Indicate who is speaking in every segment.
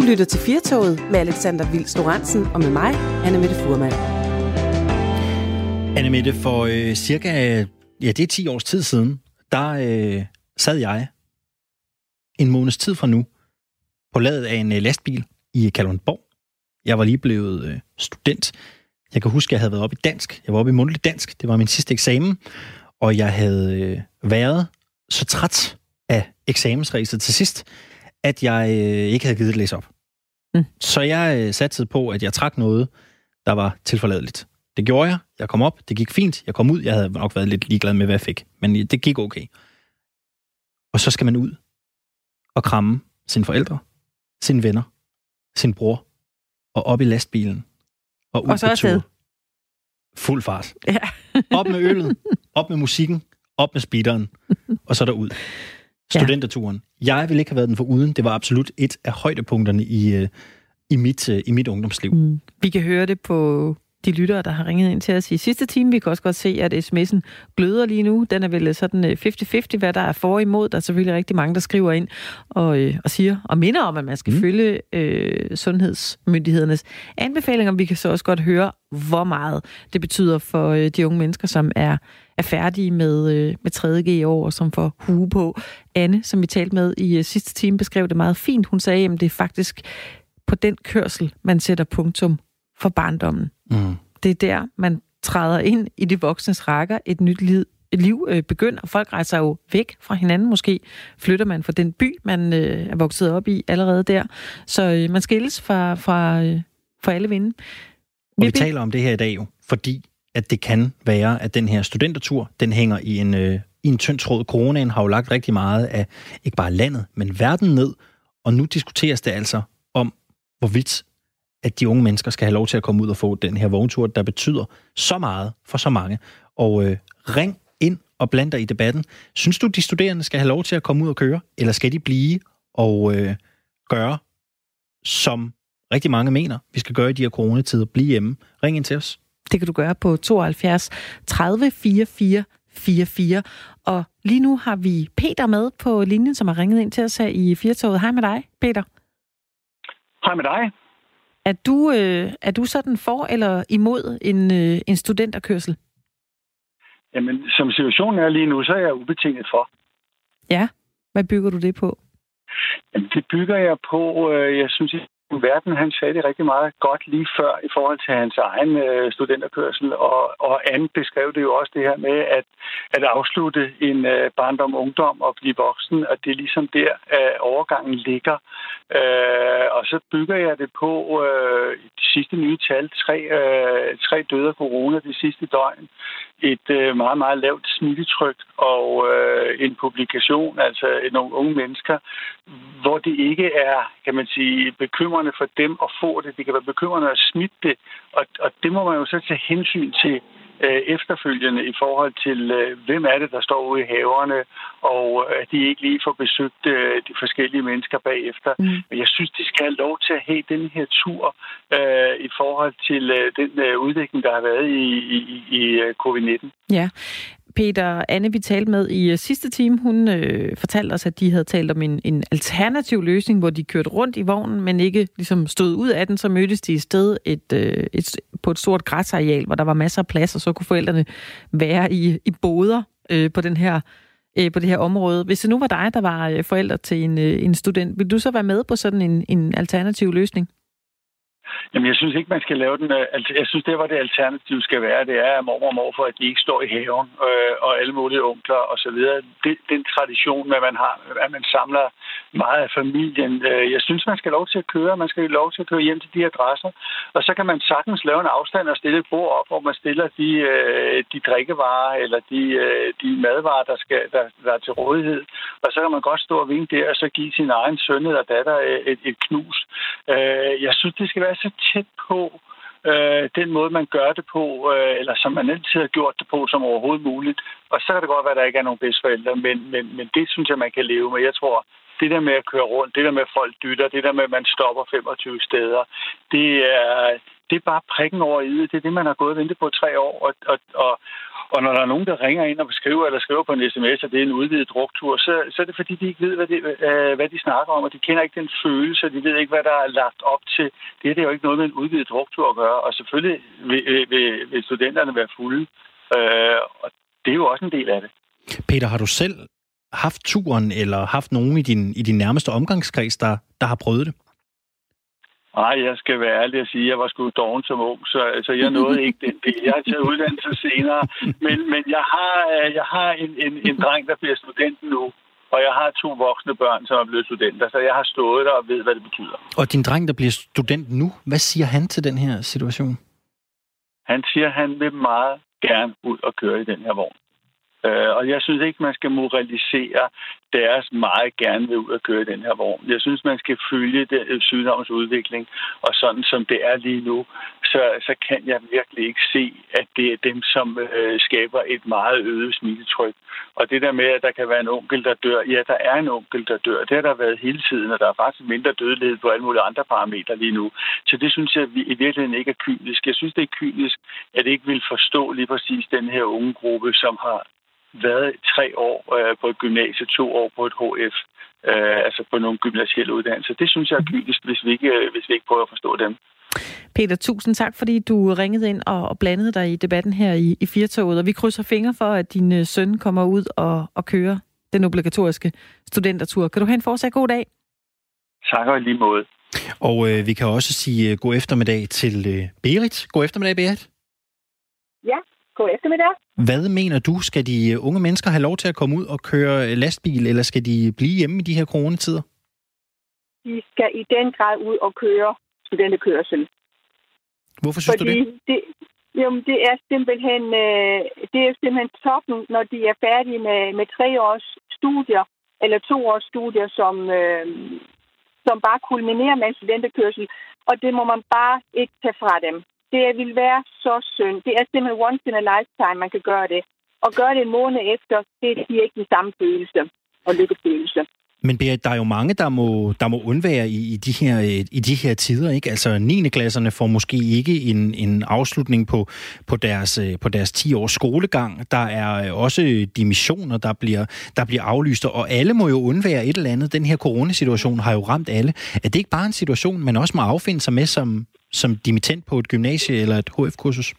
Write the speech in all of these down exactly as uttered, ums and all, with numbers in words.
Speaker 1: lytter til Firtoget med Alexander Vils Lorentzen og med mig, Anne-Mette Fuhrmann.
Speaker 2: Anne-Mette, for øh, cirka, ja, det er ti års tid siden, der øh, sad jeg en måneds tid fra nu på ladet af en øh, lastbil i Kalundborg. Jeg var lige blevet øh, student. Jeg kan huske, at jeg havde været oppe i dansk. Jeg var oppe i mundtlig dansk. Det var min sidste eksamen. Og jeg havde øh, været så træt af eksamensræset til sidst, at jeg øh, ikke havde givet at læse op. Mm. Så jeg øh, satte på, at jeg trak noget, der var tilforladeligt. Det gjorde jeg. Jeg kom op. Det gik fint. Jeg kom ud. Jeg havde nok været lidt ligeglad med, hvad jeg fik. Men det gik okay. Og så skal man ud og kramme sine forældre, sine venner, sin bror, og op i lastbilen. Og ud
Speaker 1: og så
Speaker 2: på tur.
Speaker 1: Afsted.
Speaker 2: Fuld fart.
Speaker 1: Ja.
Speaker 2: Op med øllet, op med musikken, op med speederen, og så derud. Studenterturen. Jeg ville ikke have været den foruden. Det var absolut et af højdepunkterne i, i, mit, i mit ungdomsliv.
Speaker 3: Mm. Vi kan høre det på de lyttere, der har ringet ind til os i sidste time. Vi kan også godt se, at sms'en gløder lige nu. Den er vel sådan halvtreds halvtreds, hvad der er for imod. Der er selvfølgelig rigtig mange, der skriver ind og, øh, og siger og minder om, at man skal mm. følge øh, sundhedsmyndighedernes anbefalinger. Vi kan så også godt høre, hvor meget det betyder for øh, de unge mennesker, som er, er færdige med, øh, med tredje G i år, og som får hue på. Anne, som vi talte med i øh, sidste time, beskrev det meget fint. Hun sagde, at det er faktisk på den kørsel, man sætter punktum for barndommen. Mm. Det er der, man træder ind i de voksnes rækker. Et nyt liv, et liv øh, begynder. Folk rejser jo væk fra hinanden. Måske flytter man fra den by, man øh, er vokset op i allerede der. Så øh, man skilles fra, fra, øh, fra alle vinde.
Speaker 2: Og vi taler om det her i dag jo, fordi at det kan være, at den her studentertur, den hænger i en, øh, i en tynd tråd. Coronaen har jo lagt rigtig meget af, ikke bare landet, men verden ned. Og nu diskuteres det altså om, hvorvidt at de unge mennesker skal have lov til at komme ud og få den her vogntur, der betyder så meget for så mange. Og øh, ring ind og bland dig i debatten. Synes du, de studerende skal have lov til at komme ud og køre, eller skal de blive og øh, gøre, som rigtig mange mener, vi skal gøre i de her coronatider, blive hjemme? Ring ind til os.
Speaker 3: Det kan du gøre på tooghalvfjerds tredive fireogfyrre fireogfyrre. Og lige nu har vi Peter med på linjen, som har ringet ind til os her i Firtoget. Hej med dig, Peter.
Speaker 4: Hej med dig.
Speaker 3: Er du, øh, er du sådan for eller imod en, øh, en studenterkørsel?
Speaker 4: Jamen, som situationen er lige nu, så er jeg ubetinget for.
Speaker 3: Ja, hvad bygger du det på?
Speaker 4: Jamen, det bygger jeg på, øh, jeg synes, at verden, han sagde det rigtig meget godt lige før i forhold til hans egen øh, studenterkørsel, og, og Anne beskrev det jo også det her med at, at afslutte en øh, barndom, ungdom og blive voksen, og det er ligesom der, at overgangen ligger. Øh, og så bygger jeg det på øh, de sidste nye tal, tre, øh, tre døde af corona de sidste døgn, et øh, meget, meget lavt smittetryk og øh, en publikation, altså nogle unge mennesker, hvor det ikke er, kan man sige, bekymrende for dem at få det. Det kan være bekymrende at smitte det, og, og det må man jo så tage hensyn til øh, efterfølgende i forhold til, øh, hvem er det, der står ude i haverne, og at de ikke lige får besøgt øh, de forskellige mennesker bagefter. Mm. Men jeg synes, de skal have lov til at have den her tur øh, i forhold til øh, den øh, udvikling, der har været i, i, i covid nitten.
Speaker 3: Ja. Peter, Anne, vi talte med i sidste time, hun øh, fortalte os, at de havde talt om en, en alternativ løsning, hvor de kørte rundt i vognen, men ikke ligesom stod ud af den, så mødtes de i sted et, øh, et, på et stort græsareal, hvor der var masser af plads, og så kunne forældrene være i, i boder øh, på, den her, øh, på det her område. Hvis det nu var dig, der var øh, forælder til en, øh, en student, vil du så være med på sådan en, en alternativ løsning?
Speaker 4: Jamen, jeg synes ikke, man skal lave den. Jeg synes, det var det alternativ skal være. Det er, at mormor og morfar, at de ikke står i haven, øh, og alle mulige onkler og så videre. Det, den tradition, at man har, at man samler meget af familien. Øh, jeg synes, man skal have lov til at køre. Man skal have lov til at køre hjem til de adresser. Og så kan man sagtens lave en afstand og stille et bord op, hvor man stiller de, øh, de drikkevarer eller de, øh, de madvarer, der, skal, der, der er til rådighed. Og så kan man godt stå og vinke der, og så give sin egen søn eller datter et, et knus. Øh, jeg synes, det skal være så tæt på øh, den måde, man gør det på, øh, eller som man altid har gjort det på, som overhovedet muligt. Og så kan det godt være, at der ikke er nogen bedsteforældre, men, men, men det synes jeg, man kan leve med. Jeg tror, det der med at køre rundt, det der med, at folk dytter, det der med, at man stopper femogtyve steder, det er, det er bare prikken over i det. Det er det, man har gået og ventet på tre år. Og, og, og, Og når der er nogen, der ringer ind og beskriver eller skriver på en sms, at det er en udvidet druktur, så, så er det fordi, de ikke ved, hvad de, øh, hvad de snakker om, og de kender ikke den følelse, de ved ikke, hvad der er lagt op til. Det er det jo ikke noget med en udvidet druktur at gøre, og selvfølgelig vil, vil, vil studenterne være fulde, øh, og det er jo også en del af det.
Speaker 2: Peter, har du selv haft turen, eller haft nogen i din, i din nærmeste omgangskreds, der, der har prøvet det?
Speaker 4: Nej, jeg skal være ærlig at sige, at jeg var sgu doven som ung, så altså, jeg nåede ikke den del. Jeg har taget uddannelse senere, men, men jeg har, jeg har en, en, en dreng, der bliver student nu, og jeg har to voksne børn, som er blevet studenter, så jeg har stået der og ved, hvad det betyder. Og
Speaker 2: din dreng, der bliver student nu, hvad siger han til den her situation?
Speaker 4: Han siger, at han vil meget gerne ud og køre i den her vogn. Uh, og jeg synes ikke, man skal moralisere deres meget gerne vil ud og køre i den her vogn. Jeg synes, man skal følge den sygdommens udvikling, og sådan som det er lige nu, så, så kan jeg virkelig ikke se, at det er dem, som uh, skaber et meget øget smittetryk. Og det der med, at der kan være en onkel, der dør, ja, der er en onkel, der dør. Det har der været hele tiden, og der er faktisk mindre dødelighed på alle mulige andre parametre lige nu. Så det synes jeg i virkeligheden ikke er kynisk. Jeg synes, det er kynisk, at det ikke vil forstå lige præcis den her unge gruppe, som har været tre år øh, på et gymnasie, to år på et H F, øh, altså på nogle gymnasielle uddannelser. Det synes jeg er kynisk, hvis vi ikke, øh, hvis vi ikke prøver at forstå dem.
Speaker 3: Peter, tusind tak, fordi du ringede ind og, og blandede dig i debatten her i, i Firtoget, og vi krydser fingre for, at din øh, søn kommer ud og, og kører den obligatoriske studentertur. Kan du have en fortsat god dag?
Speaker 4: Tak og i lige måde.
Speaker 2: Og øh, vi kan også sige uh, god eftermiddag til øh, Berit. God eftermiddag, Berit.
Speaker 5: Ja. God eftermiddag.
Speaker 2: Hvad mener du? Skal de unge mennesker have lov til at komme ud og køre lastbil, eller skal de blive hjemme i de her coronatider?
Speaker 5: De skal i den grad ud og køre studenterkørsel.
Speaker 2: Hvorfor synes
Speaker 5: Fordi
Speaker 2: du det?
Speaker 5: det? Jamen, det er simpelthen, øh, det er simpelthen toppen, når de er færdige med, med tre års studier, eller to års studier, som, øh, som bare kulminerer med en studenterkørsel. Og det må man bare ikke tage fra dem. Det vil være så synd. Det er simpelthen once in a lifetime, man kan gøre det. Og gøre det en måned efter, det giver ikke den samme følelse og lykkefølelse.
Speaker 2: Men Berit, der er jo mange, der må, der må undvære i, i, de her, i de her tider, ikke? Altså niende klasserne får måske ikke en, en afslutning på, på, deres, på deres ti års skolegang. Der er også dimissioner, der bliver, der bliver aflyst, og alle må jo undvære et eller andet. Den her coronasituation har jo ramt alle. Er det ikke bare en situation, man også må affinde sig med som, som dimittent på et gymnasie eller et H F-kursus?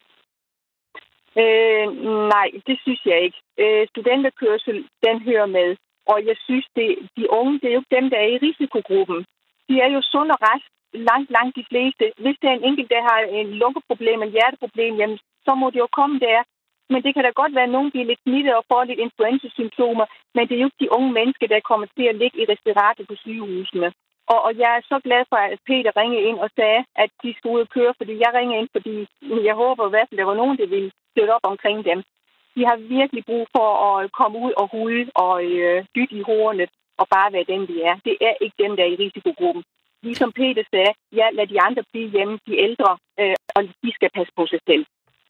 Speaker 5: Øh, nej, det synes jeg ikke. Øh, studenterkørsel, den hører med. Og jeg synes, det, de unge, det er jo dem, der er i risikogruppen. De er jo sund og rask, langt, langt de fleste. Hvis der er en enkelt, der har en lungeproblem, en hjerteproblem, jamen, så må det jo komme der. Men det kan da godt være, at nogen bliver lidt smittet og får lidt influenzasymptomer, men det er jo ikke de unge mennesker, der kommer til at ligge i respirator på sygehusene. Og, og jeg er så glad for, at Peter ringede ind og sagde, at de skulle ud og køre, fordi jeg ringede ind, fordi jeg håber i hvert fald, at der var nogen, der ville støtte op omkring dem. De har virkelig brug for at komme ud og rulle og øh, dytte i hornet og bare være dem, de er. Det er ikke dem, der er i risikogruppen. Ligesom Peter sagde, ja, lad de andre blive hjemme, de ældre, øh, og de skal passe på sig selv.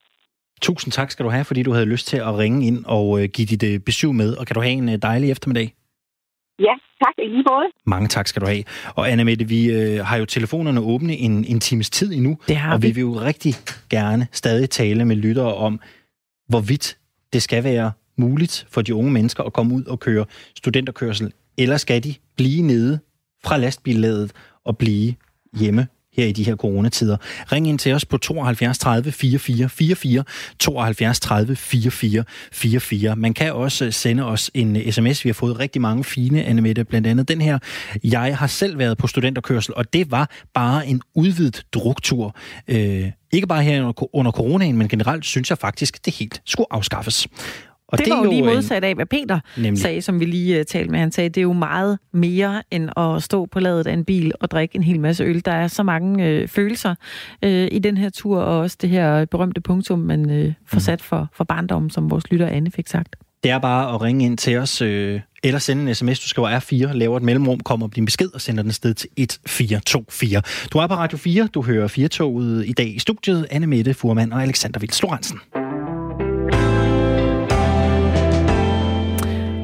Speaker 2: Tusind tak skal du have, fordi du havde lyst til at ringe ind og øh, give dit øh, besøg med. Og kan du have en øh, dejlig eftermiddag?
Speaker 5: Ja, tak i lige måde.
Speaker 2: Mange tak skal du have. Og Anna-Mette, vi øh, har jo telefonerne åbne en, en times tid endnu.
Speaker 3: Det har
Speaker 2: og
Speaker 3: vi.
Speaker 2: vi vil jo rigtig gerne stadig tale med lyttere om, hvorvidt det skal være muligt for de unge mennesker at komme ud og køre studenterkørsel, eller skal de blive nede fra lastbilladet og blive hjemme her i de her coronatider. Ring ind til os på tooghalvfjerds tredive fireogfyrre fireogfyrre, tooghalvfjerds tredive fireogfyrre fireogfyrre. Man kan også sende os en sms. Vi har fået rigtig mange fine, Anne-Mette, blandt andet den her. Jeg har selv været på studenterkørsel, og det var bare en udvidet druktur. Øh, ikke bare her under coronaen, men generelt synes jeg faktisk, det helt skulle afskaffes. Og
Speaker 3: det,
Speaker 2: det
Speaker 3: var jo lige modsat af, hvad Peter
Speaker 2: nemlig
Speaker 3: sagde, som vi lige uh, talte med. Han sagde, det er jo meget mere end at stå på ladet af en bil og drikke en hel masse øl. Der er så mange øh, følelser øh, i den her tur, og også det her berømte punktum, man øh, får sat for, for barndommen, som vores lytter Anne fik sagt.
Speaker 2: Det er bare at ringe ind til os, øh, eller sende en sms. Du skriver R fire, laver et mellemrum, kommer op din besked og sender den sted til et fire to fire. Du er på Radio fire, du hører Firtoget i dag i studiet. Anne-Mette Fuhrmann og Alexander Vils Lorentzen.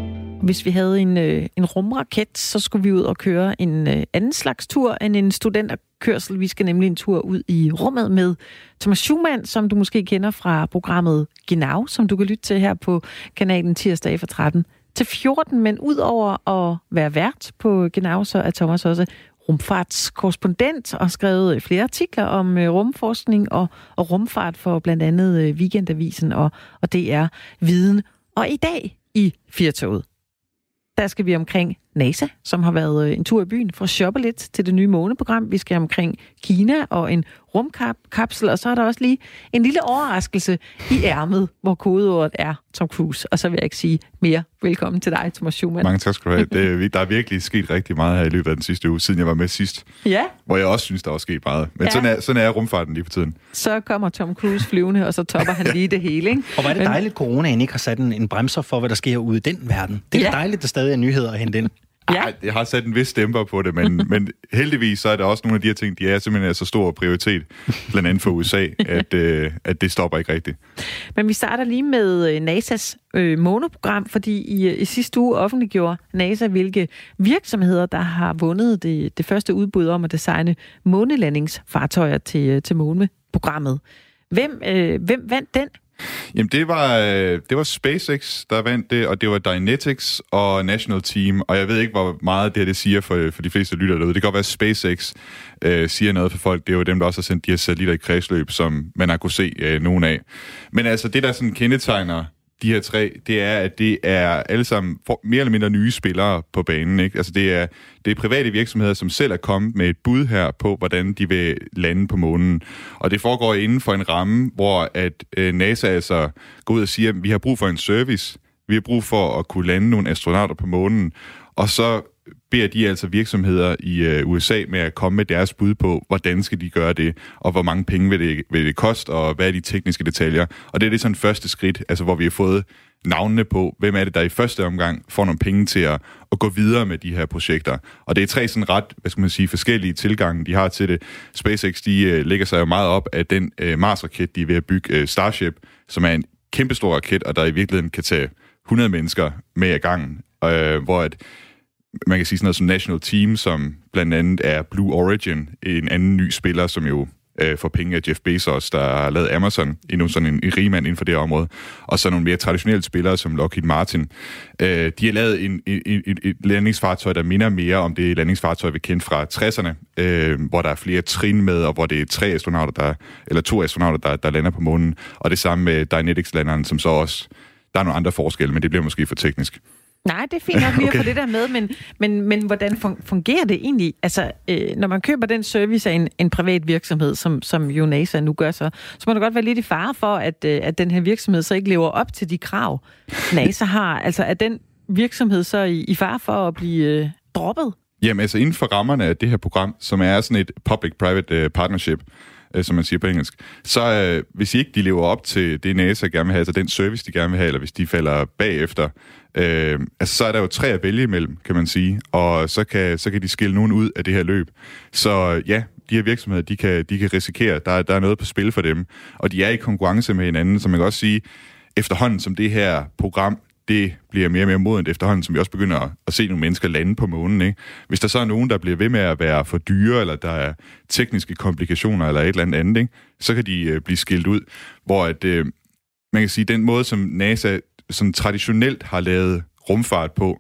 Speaker 3: Hvis vi havde en, øh, en rumraket, så skulle vi ud og køre en øh, anden slags tur end en studenterkørsel. Vi skal nemlig en tur ud i rummet med Thomas Schumann, som du måske kender fra programmet Genau, som du kan lytte til her på kanalen tirsdag fra tretten til fjorten. Men ud over at være vært på Genau, så er Thomas også rumfartskorrespondent og skrevet flere artikler om øh, rumforskning og, og rumfart for blandt andet øh, Weekendavisen og, og D R Viden. Og i dag i Firtoget, der skal vi omkring NASA, som har været øh, en tur i byen for at shoppe lidt til det nye måneprogram. Vi skal omkring Kina og en rumkapsel, og så er der også lige en lille overraskelse i ærmet, hvor kodeordet er Tom Cruise. Og så vil jeg ikke sige mere. Velkommen til dig, Thomas Schumann.
Speaker 6: Mange tak skal du have. Det, der er virkelig sket rigtig meget her i løbet af den sidste uge, siden jeg var med sidst.
Speaker 3: Ja.
Speaker 6: Hvor jeg også synes, der var sket meget. Men ja. sådan, er, sådan er rumfarten lige for tiden.
Speaker 3: Så kommer Tom Cruise flyvende, og så topper han lige det hele, ikke?
Speaker 2: Og hvor er det dejligt, at coronaen ikke har sat en, en bremser for, hvad der sker ude i den verden. Det er ja. dejligt, at der stadig er nyheder at hente ind.
Speaker 3: Ja.
Speaker 6: Ej, jeg har sat en vis stemper på det, men, men heldigvis så er der også nogle af de her ting, de er simpelthen af så stor prioritet, blandt andet for U S A, at, øh, at det stopper ikke rigtigt.
Speaker 3: Men vi starter lige med NASA's øh, måneprogram, fordi i, i sidste uge offentliggjorde NASA, hvilke virksomheder, der har vundet det, det første udbud om at designe månelandingsfartøjer til, til måneprogrammet. Hvem, øh, hvem vandt den?
Speaker 6: Jamen, det var, det var SpaceX, der vandt det, og det var Dynetics og National Team, og jeg ved ikke, hvor meget det her det siger for, for de fleste lyttere derude. Det kan godt være, at SpaceX øh, siger noget for folk. Det er jo dem, der også har sendt de her satellitter i kredsløb, som man har kunne se øh, nogen af. Men altså, det der sådan kendetegner de her tre, det er, at det er alle sammen for, mere eller mindre nye spillere på banen, ikke? Altså, det er, det er private virksomheder, som selv er kommet med et bud her på, hvordan de vil lande på månen. Og det foregår inden for en ramme, hvor at øh, NASA altså går ud og siger, at vi har brug for en service. Vi har brug for at kunne lande nogle astronauter på månen. Og så beder de altså virksomheder i øh, U S A med at komme med deres bud på, hvordan skal de gøre det, og hvor mange penge vil det, vil det koste, og hvad er de tekniske detaljer. Og det er det sådan første skridt, altså hvor vi har fået navnene på, hvem er det, der i første omgang får nogle penge til at, at gå videre med de her projekter. Og det er tre sådan ret, hvad skal man sige, forskellige tilgange, de har til det. SpaceX, de øh, lægger sig jo meget op af den øh, Mars-raket, de er ved at bygge, øh, Starship, som er en kæmpestor raket, og der i virkeligheden kan tage hundrede mennesker med ad gangen, øh, hvor at man kan sige sådan noget som National Team, som blandt andet er Blue Origin, en anden ny spiller, som jo øh, får penge af Jeff Bezos, der har lavet Amazon, endnu sådan en, en rigmand inden for det område, og så nogle mere traditionelle spillere, som Lockheed Martin. Øh, de har lavet en, en, en, et landingsfartøj, der minder mere om det landingsfartøj, vi kendte fra tresserne, øh, hvor der er flere trin med, og hvor det er tre astronauter, der, eller to astronauter, der, der lander på månen, og det samme med Dynetics-landeren, som så også, der er nogle andre forskelle, men det bliver måske for teknisk.
Speaker 3: Nej, det er fint nok lige
Speaker 6: okay.
Speaker 3: at få det der med, men, men, men hvordan fungerer det egentlig? Altså, øh, når man køber den service af en, en privat virksomhed, som, som jo NASA nu gør så, så må det godt være lidt i fare for, at, øh, at den her virksomhed så ikke lever op til de krav, NASA har. Altså, er den virksomhed så i, i fare for at blive øh, droppet?
Speaker 6: Jamen, altså inden for rammerne af det her program, som er sådan et public-private uh, partnership, som man siger på engelsk, så øh, hvis ikke de lever op til det, NASA gerne vil have, altså den service, de gerne vil have, eller hvis de falder bagefter, øh, altså så er der jo tre at vælge imellem, kan man sige, og så kan, så kan de skille nogen ud af det her løb. Så ja, de her virksomheder, de kan, de kan risikere, der, der er noget på spil for dem, og de er i konkurrence med hinanden, så man kan også sige, efterhånden som det her program, det bliver mere og mere modent efterhånden, som vi også begynder at, at se nogle mennesker lande på månen, ikke? Hvis der så er nogen, der bliver ved med at være for dyre, eller der er tekniske komplikationer, eller et eller andet andet, ikke? Så kan de øh, blive skilt ud. Hvor at, øh, man kan sige, den måde, som NASA sådan traditionelt har lavet rumfart på,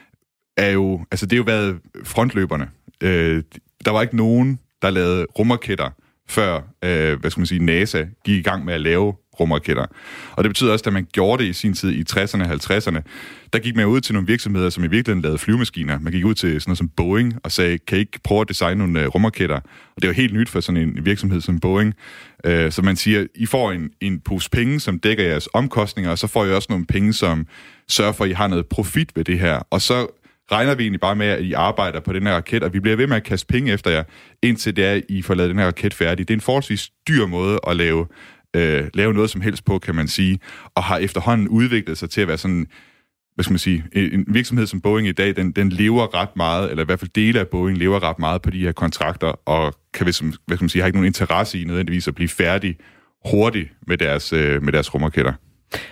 Speaker 6: er jo, altså det har jo været frontløberne. Øh, der var ikke nogen, der lavede rumraketter, før, øh, hvad skal man sige, NASA gik i gang med at lave rumraketter. Og det betyder også, at da man gjorde det i sin tid i tresserne og halvtredserne, der gik man ud til nogle virksomheder, som i virkeligheden lavede flyvemaskiner. Man gik ud til sådan noget som Boeing og sagde, kan I ikke prøve at designe nogle uh, rumraketter? Og det var helt nyt for sådan en virksomhed som Boeing. Uh, så man siger, I får en, en pose penge, som dækker jeres omkostninger, og så får I også nogle penge, som sørger for, at I har noget profit ved det her. Og så regner vi egentlig bare med, at I arbejder på den her raket, og vi bliver ved med at kaste penge efter jer, indtil det er, at I får lavet den her raket færdig. Det er en forholdsvis dyr måde at lave Øh, lave noget som helst på, kan man sige, og har efterhånden udviklet sig til at være sådan, hvad skal man sige, en virksomhed som Boeing i dag, den, den lever ret meget, eller i hvert fald dele af Boeing lever ret meget på de her kontrakter, og kan, hvad skal man sige, har ikke nogen interesse i nødvendigvis at blive færdig hurtigt med deres, øh, med deres rumraketter.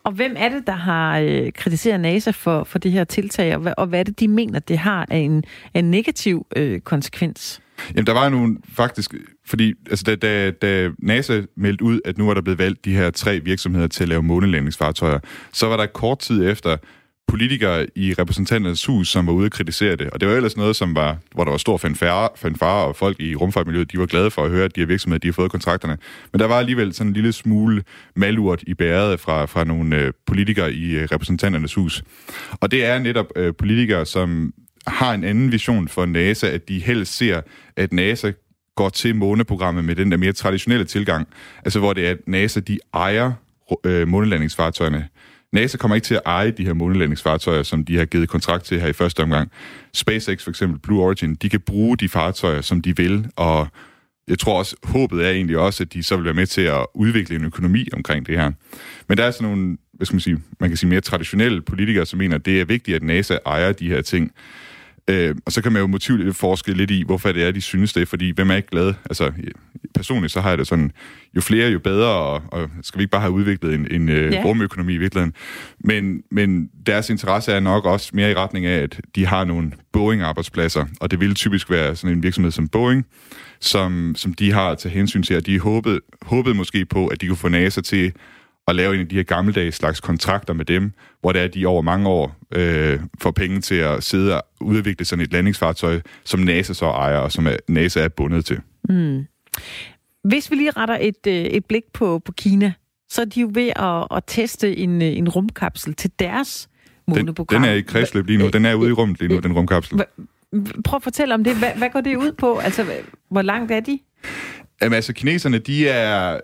Speaker 3: Og hvem er det, der har øh, kritiseret NASA for, for det her tiltag, og hvad, og hvad er det, de mener, det har af en, af en negativ øh, konsekvens?
Speaker 6: Jamen, der var nogle faktisk, fordi altså, da, da, da NASA meldte ud, at nu var der blevet valgt de her tre virksomheder til at lave månelandingsfartøjer, så var der kort tid efter politikere i repræsentanternes hus, som var ude at kritisere det. Og det var ellers noget, som var, hvor der var stor fanfare, fanfare og folk i rumfartmiljøet, de var glade for at høre, at de her virksomheder, de har fået kontrakterne. Men der var alligevel sådan en lille smule malurt i bæret fra, fra nogle øh, politikere i øh, repræsentanternes hus. Og det er netop øh, politikere, som har en anden vision for NASA, at de helst ser, at NASA går til måneprogrammet med den der mere traditionelle tilgang. Altså hvor det er, at NASA, de ejer øh, månelandingsfartøjerne. NASA kommer ikke til at eje de her månelandingsfartøjer, som de har givet kontrakt til her i første omgang. SpaceX, for eksempel Blue Origin, de kan bruge de fartøjer, som de vil, og jeg tror også, håbet er egentlig også, at de så vil være med til at udvikle en økonomi omkring det her. Men der er sådan nogle, hvad skal man sige, man kan sige mere traditionelle politikere, som mener, at det er vigtigt, at NASA ejer de her ting. Øh, og så kan man jo motivligt forske lidt i, hvorfor det er, de synes det, fordi hvem er ikke glad? Altså, personligt så har jeg det sådan, jo flere, jo bedre, og, og skal vi ikke bare have udviklet en, en ja. rumøkonomi i virkeligheden. Men, men deres interesse er nok også mere i retning af, at de har nogle Boeing-arbejdspladser, og det vil typisk være sådan en virksomhed som Boeing, som, som de har til hensyn til, og de håbede, håbede måske på, at de kunne få NASA til at lave en af de her gammeldags slags kontrakter med dem, hvor det er, at de over mange år øh, får penge til at sidde og udvikle sådan et landingsfartøj, som NASA så ejer, og som er, NASA er bundet til.
Speaker 3: Mm. Hvis vi lige retter et, et blik på, på Kina, så er de jo ved at, at teste en, en rumkapsel til deres måneprogram.
Speaker 6: Den, den er i kredsløb lige nu. Den er ude i rummet lige nu, den rumkapsel.
Speaker 3: Prøv at fortælle om det. Hvad, hvad går det ud på? Altså, hvor langt er de?
Speaker 6: Jamen, altså, kineserne, de er...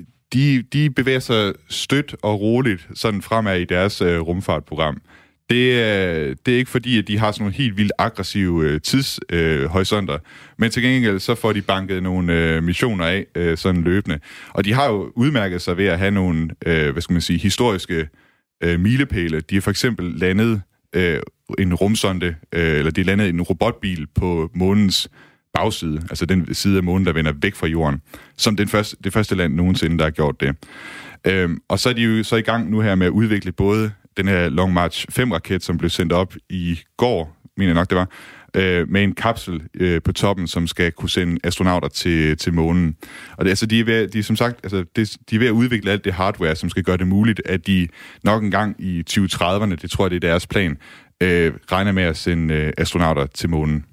Speaker 6: De, de bevæger sig stødt og roligt sådan fremad i deres øh, rumfartprogram. Det, øh, det er ikke fordi, at de har sådan nogle helt vildt aggressive øh, tidshorisonter, øh, men til gengæld så får de banket nogle øh, missioner af øh, sådan løbende. Og de har jo udmærket sig ved at have nogle, øh, hvad skal man sige, historiske øh, milepæle. De har for eksempel landet øh, en rumsonde, øh, eller de har landet en robotbil på månens bagside, altså den side af månen, der vender væk fra jorden, som den første, det første land nogensinde, der har gjort det. Øhm, og så er de jo så i gang nu her med at udvikle både den her Long March fem-raket, som blev sendt op i går, mener jeg nok det var, øh, med en kapsel øh, på toppen, som skal kunne sende astronauter til, til månen. Og det, altså, de er ved, de er, som sagt, altså, det, de er ved at udvikle alt det hardware, som skal gøre det muligt, at de nok en gang i tyve trediverne, det tror jeg, det er deres plan, øh, regner med at sende øh, astronauter til månen.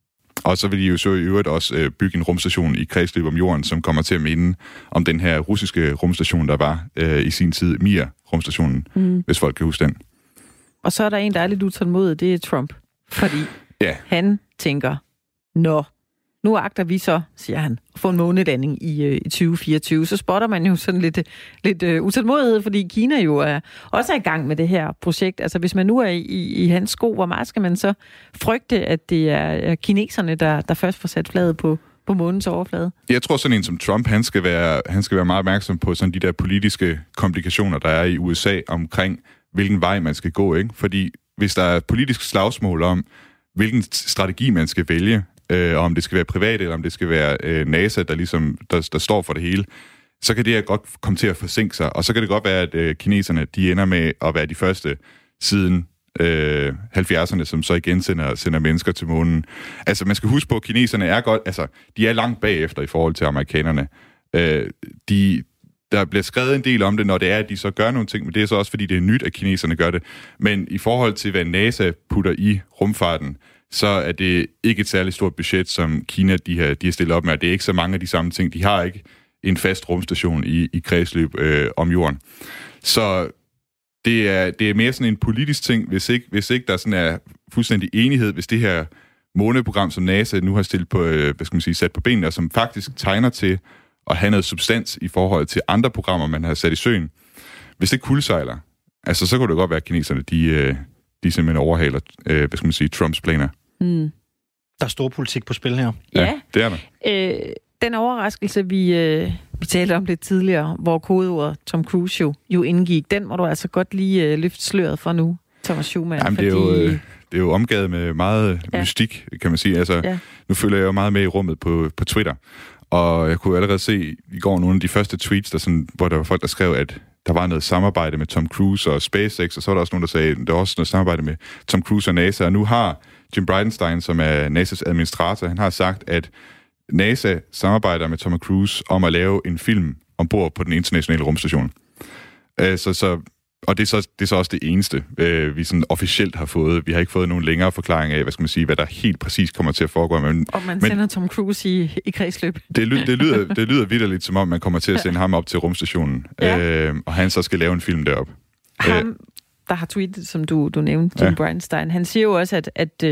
Speaker 6: Og så vil de jo så i øvrigt også øh, bygge en rumstation i kredsløb om jorden, som kommer til at minde om den her russiske rumstation, der var øh, i sin tid, Mir-rumstationen, mm. hvis folk kan huske den.
Speaker 3: Og så er der en, der er lidt utålmodig, det er Trump. Fordi ja. han tænker, nå, nu agter vi så, siger han, at få en månelanding i, øh, i tyve fireogtyve. Så spotter man jo sådan lidt, lidt øh, utålmodighed, fordi Kina jo er, også er i gang med det her projekt. Altså hvis man nu er i, i hans sko, hvor meget skal man så frygte, at det er kineserne, der, der først får sat flaget på, på månens overflade? Jeg
Speaker 6: tror sådan en som Trump, han skal være, han skal være meget opmærksom på sådan de der politiske komplikationer, der er i U S A omkring, hvilken vej man skal gå, ikke? Fordi hvis der er politisk slagsmål om, hvilken strategi man skal vælge, øh, om det skal være privat, eller om det skal være øh, NASA, der ligesom der, der står for det hele, så kan det her godt komme til at forsinke sig. Og så kan det godt være, at øh, kineserne, de ender med at være de første siden øh, halvfjerdserne, som så igen sender, sender mennesker til månen. Altså, man skal huske på, at kineserne er godt, altså, de er langt bagefter i forhold til amerikanerne. Øh, de, der bliver skrevet en del om det, når det er, at de så gør nogle ting, men det er så også, fordi det er nyt, at kineserne gør det. Men i forhold til, hvad NASA putter i rumfarten, så er det ikke et særligt stort budget, som Kina de har, de har stillet op med. Det er ikke så mange af de samme ting. De har ikke en fast rumstation i, i kredsløb øh, om jorden. Så det er, det er mere sådan en politisk ting, hvis ikke, hvis ikke der sådan er fuldstændig enighed, hvis det her måneprogram, som NASA nu har stillet på, øh, hvad skal man sige, sat på benene, og som faktisk tegner til at have noget substans i forhold til andre programmer, man har sat i søen. Hvis det kuldsejler, altså så kunne det godt være, at kineserne, de, øh, de simpelthen overhaler, øh, hvad skal man sige, Trumps planer. Mm.
Speaker 2: Der er stor politik på spil her.
Speaker 3: Ja,
Speaker 6: ja det er der.
Speaker 3: Øh, den overraskelse, vi, øh, vi talte om lidt tidligere, hvor kodeordet Tom Cruise jo, jo indgik, den må du altså godt lige øh, løfte sløret for nu, Thomas Schumann.
Speaker 6: Jamen, fordi... det, er jo, øh, det er jo omgivet med meget ja. mystik, kan man sige. Altså, ja. Nu følger jeg jo meget med i rummet på, på Twitter, og jeg kunne allerede se i går nogle af de første tweets, der sådan, hvor der var folk, der skrev, at der var noget samarbejde med Tom Cruise og SpaceX, og så var der også nogen, der sagde, der var også noget samarbejde med Tom Cruise og NASA, og nu har Jim Bridenstine, som er N A S A's administrator, han har sagt, at NASA samarbejder med Tom Cruise om at lave en film ombord på den internationale rumstation. Altså, så, og det er, så, det er så også det eneste, øh, vi sådan officielt har fået. Vi har ikke fået nogen længere forklaring af, hvad skal man sige, hvad der helt præcis kommer til at foregå. Men,
Speaker 3: og man
Speaker 6: men,
Speaker 3: sender Tom Cruise i, i kredsløb.
Speaker 6: Det, ly, det, lyder, det lyder vitterligt, som om man kommer til at sende ham op til rumstationen, ja. øh, og han så skal lave en film derop.
Speaker 3: Ham, der har tweetet, som du, du nævnte, Jim ja. Bridenstine, han siger jo også, at, at,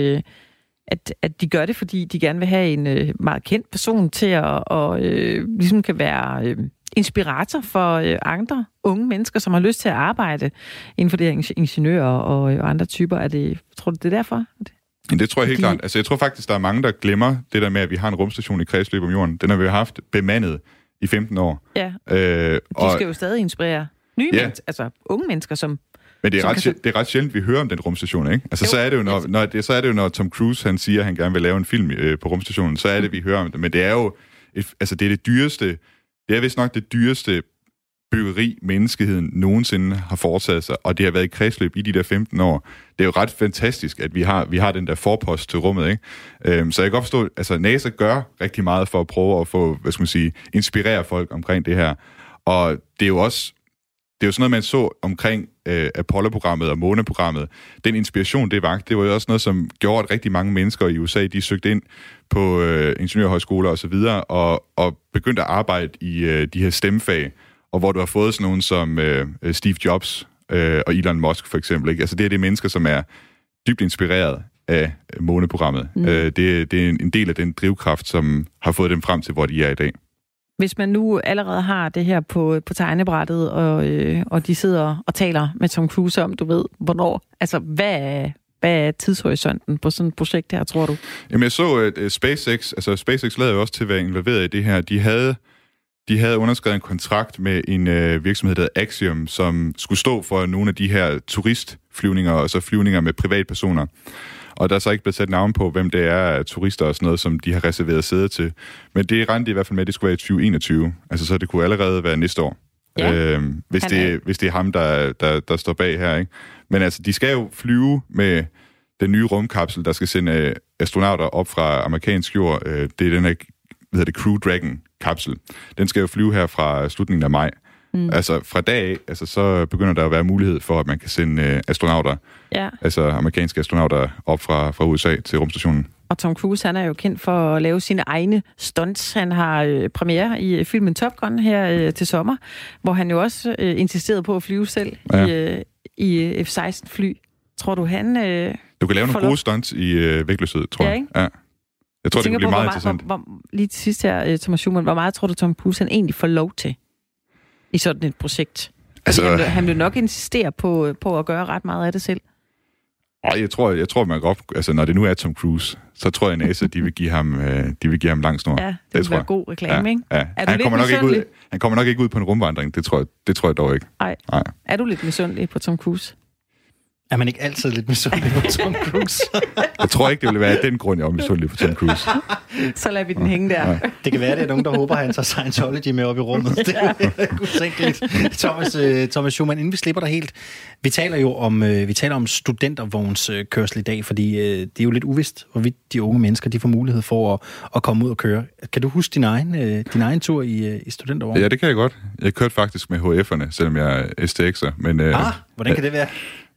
Speaker 3: at, at de gør det, fordi de gerne vil have en øh, meget kendt person til at og, øh, ligesom kan være øh, inspirator for øh, andre unge mennesker, som har lyst til at arbejde inden for det her ingeniører og, og andre typer. Er det, tror du, det er derfor?
Speaker 6: Det tror jeg helt de... klart. Altså, jeg tror faktisk, der er mange, der glemmer det der med, at vi har en rumstation i kredsløb om jorden. Den har vi jo haft bemandet i femten år.
Speaker 3: Ja,
Speaker 6: øh,
Speaker 3: de
Speaker 6: og...
Speaker 3: skal jo stadig inspirere nye ja. mennesker, altså unge mennesker, som...
Speaker 6: Men det er, ret, kan... det er ret sjældent, vi hører om den rumstation, ikke? Altså, jo, så er det jo, når, når, det, så er det jo, når Tom Cruise, han siger, at han gerne vil lave en film øh, på rumstationen, så er det, vi hører om det. Men det er jo, et, altså, det er det dyreste, det er vist nok det dyreste byggeri, menneskeheden nogensinde har foretaget sig, og det har været i kredsløb i de der femten år. Det er jo ret fantastisk, at vi har, vi har den der forpost til rummet, ikke? Øhm, så jeg kan godt forstå, altså NASA gør rigtig meget for at prøve at få, hvad skal man sige, inspirere folk omkring det her. Og det er jo også, det er jo sådan noget, man så omkring øh, Apollo-programmet og måneprogrammet. Den inspiration, det vagt, det var jo også noget, som gjorde, at rigtig mange mennesker i U S A, de søgte ind på øh, ingeniørhøjskoler og så videre, og, og begyndte at arbejde i øh, de her stemmefag, og hvor du har fået sådan nogen som øh, Steve Jobs øh, og Elon Musk for eksempel. Ikke? Altså det er de mennesker, som er dybt inspireret af måneprogrammet. Mm. Øh, det, det er en del af den drivkraft, som har fået dem frem til, hvor de er i dag.
Speaker 3: Hvis man nu allerede har det her på, på tegnebrættet, og, øh, og de sidder og taler med Tom Cruise om, du ved, hvornår, altså hvad er, hvad er tidshorisonten på sådan et projekt her, tror du? Jamen
Speaker 6: jeg så, at uh, SpaceX, altså SpaceX lavede jo også til at være involveret i det her. De havde De havde underskrevet en kontrakt med en øh, virksomhed, der hedder Axiom, som skulle stå for nogle af de her turistflyvninger, og så flyvninger med privatpersoner. Og der er så ikke blevet sat navn på, hvem det er, turister og sådan noget, som de har reserveret sæde til. Men det regnede i hvert fald med, at det skulle være i tyve enogtyve. Altså så det kunne allerede være næste år. Ja. Øh, hvis, det, hvis det er ham, der, der, der står bag her, ikke? Men altså, de skal jo flyve med den nye rumkapsel, der skal sende astronauter op fra amerikansk jord. Øh, det er den her, hvad hedder det, Crew Dragon-kapsel. Den skal jo flyve her fra slutningen af maj. Mm. Altså fra dag af, altså, så begynder der at være mulighed for, at man kan sende øh, astronauter, ja. altså amerikanske astronauter, op fra, fra U S A til rumstationen. Og
Speaker 3: Tom Cruise, han er jo kendt for at lave sine egne stunts. Han har øh, premiere i filmen Top Gun her øh, til sommer, hvor han jo også øh, insisterede på at flyve selv ja. i, øh, i F seksten fly. Tror du, han... Øh,
Speaker 6: du kan lave nogle gode stunts i øh, vægtløshed, tror
Speaker 3: ja,
Speaker 6: jeg. Ja. Jeg tror, jeg det kan blive på, meget interessant.
Speaker 3: Hvor, hvor, lige til sidst her, Thomas Schumann, hvor meget tror du, Tom Cruise han egentlig får lov til i sådan et projekt? Altså, han, vil, han vil nok insistere på, på at gøre ret meget af det selv.
Speaker 6: Nej, jeg tror, jeg tror man godt, altså når det nu er Tom Cruise, så tror jeg, at NASA, de vil give ham, de vil give ham lang snor.
Speaker 3: Ja, det, det vil være god reklame,
Speaker 6: ja,
Speaker 3: ikke?
Speaker 6: Ja.
Speaker 3: Er du
Speaker 6: han,
Speaker 3: lidt
Speaker 6: kommer nok ikke ud, han kommer nok ikke ud på en rumvandring, det tror jeg, det tror jeg dog ikke.
Speaker 3: Nej. Er du lidt misundelig på Tom Cruise?
Speaker 2: Er man ikke altid lidt misundelig på Tom Cruise?
Speaker 6: Jeg tror ikke, det ville være af den grund, jeg er misundelig på Tom Cruise.
Speaker 3: Så lader vi den hænge der. Ja.
Speaker 2: Det kan være, det er nogen, der håber, at han tager Scientology med op i rummet. Det er utænkeligt. Thomas, Thomas Schumann, inden vi slipper dig helt. Vi taler jo om, vi taler om studentervognskørsel i dag, fordi det er jo lidt uvist, hvorvidt de unge mennesker de får mulighed for at, at komme ud og køre. Kan du huske din egen, din egen tur i, i studentervognen?
Speaker 6: Ja, det kan jeg godt. Jeg kørte faktisk med H F'erne, selvom jeg er S T X'er. Men,
Speaker 2: ah, hvordan kan det være?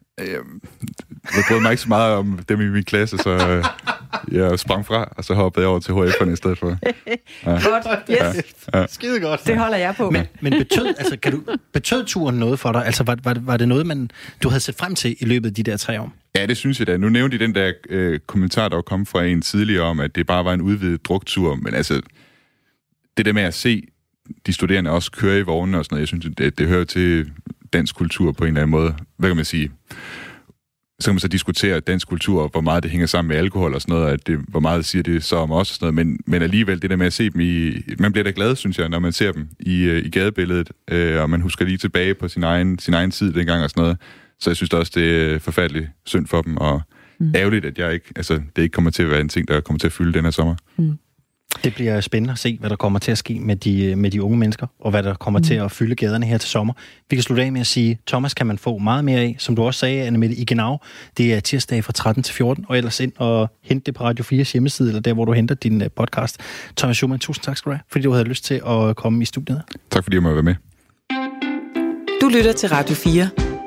Speaker 6: Jeg brød mig ikke så meget om dem i min klasse, så jeg sprang fra, og så hoppede jeg over til H F'erne i stedet for.
Speaker 3: Ja. Godt, yes.
Speaker 2: Ja. Ja. Skide godt.
Speaker 3: Det holder jeg på.
Speaker 2: Men, men betød, altså, kan du, betød turen noget for dig? Altså, var, var, var det noget, man, du havde set frem til i løbet af de der tre år?
Speaker 6: Ja, det synes jeg da. Nu nævnte I den der øh, kommentar, der kom fra en tidligere om, at det bare var en udvidet druktur, men altså, det der med at se de studerende også køre i vognene og sådan noget, jeg synes, det, det hører til dansk kultur på en eller anden måde. Hvad kan man sige? Så kan man så diskutere dansk kultur, hvor meget det hænger sammen med alkohol og sådan noget, at det, hvor meget siger det så om os og sådan noget, men, men alligevel det der med at se dem i... Man bliver da glad, synes jeg, når man ser dem i, i gadebilledet, øh, og man husker lige tilbage på sin egen, sin egen tid dengang og sådan noget. Så jeg synes da også, det er forfærdeligt synd for dem, og mm. ærgerligt, at jeg ikke, altså, det ikke kommer til at være en ting, der kommer til at fylde den her sommer. Mm.
Speaker 2: Det bliver spændende at se, hvad der kommer til at ske med de, med de unge mennesker, og hvad der kommer mm. til at fylde gaderne her til sommer. Vi kan slutte af med at sige, Thomas kan man få meget mere af, som du også sagde, Annemette, i Genau. Det er tirsdag fra tretten til fjorten, og ellers ind og hente det på Radio fires hjemmeside, eller der, hvor du henter din podcast. Thomas Schumann, tusind tak skal du have, fordi du havde lyst til at komme i studiet.
Speaker 6: Tak fordi jeg måtte være med.
Speaker 1: Du lytter til Radio fire.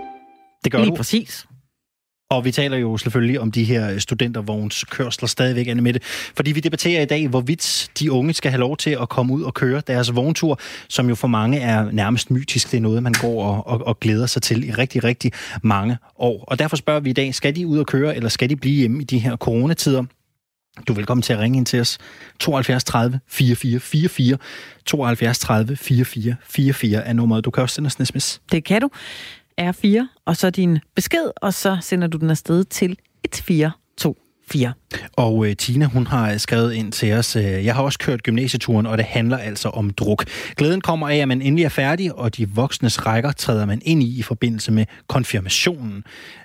Speaker 2: Det gør
Speaker 3: Lige
Speaker 2: du.
Speaker 3: præcis.
Speaker 2: Og vi taler jo selvfølgelig om de her studentervognskørsler stadigvæk, Annemette, fordi vi debatterer i dag, hvorvidt de unge skal have lov til at komme ud og køre deres vogntur, som jo for mange er nærmest mytisk. Det er noget, man går og, og, og glæder sig til i rigtig, rigtig mange år. Og derfor spørger vi i dag, skal de ud og køre, eller skal de blive hjemme i de her coronatider? Du er velkommen til at ringe ind til os. tooghalvfjerds tredive fireogfyrre fireogfyrre. tooghalvfjerds tredive fireogfyrre fireogfyrre er nummeret. Du kan også sende os en sms.
Speaker 3: Det kan du. R fire, og så din besked, og så sender du den afsted til et fire to fire.
Speaker 2: Og øh, Tina, hun har skrevet ind til os, øh, jeg har også kørt gymnasieturen, og det handler altså om druk. Glæden kommer af, at man endelig er færdig, og de voksnes rækker træder man ind i i forbindelse med konfirmationen.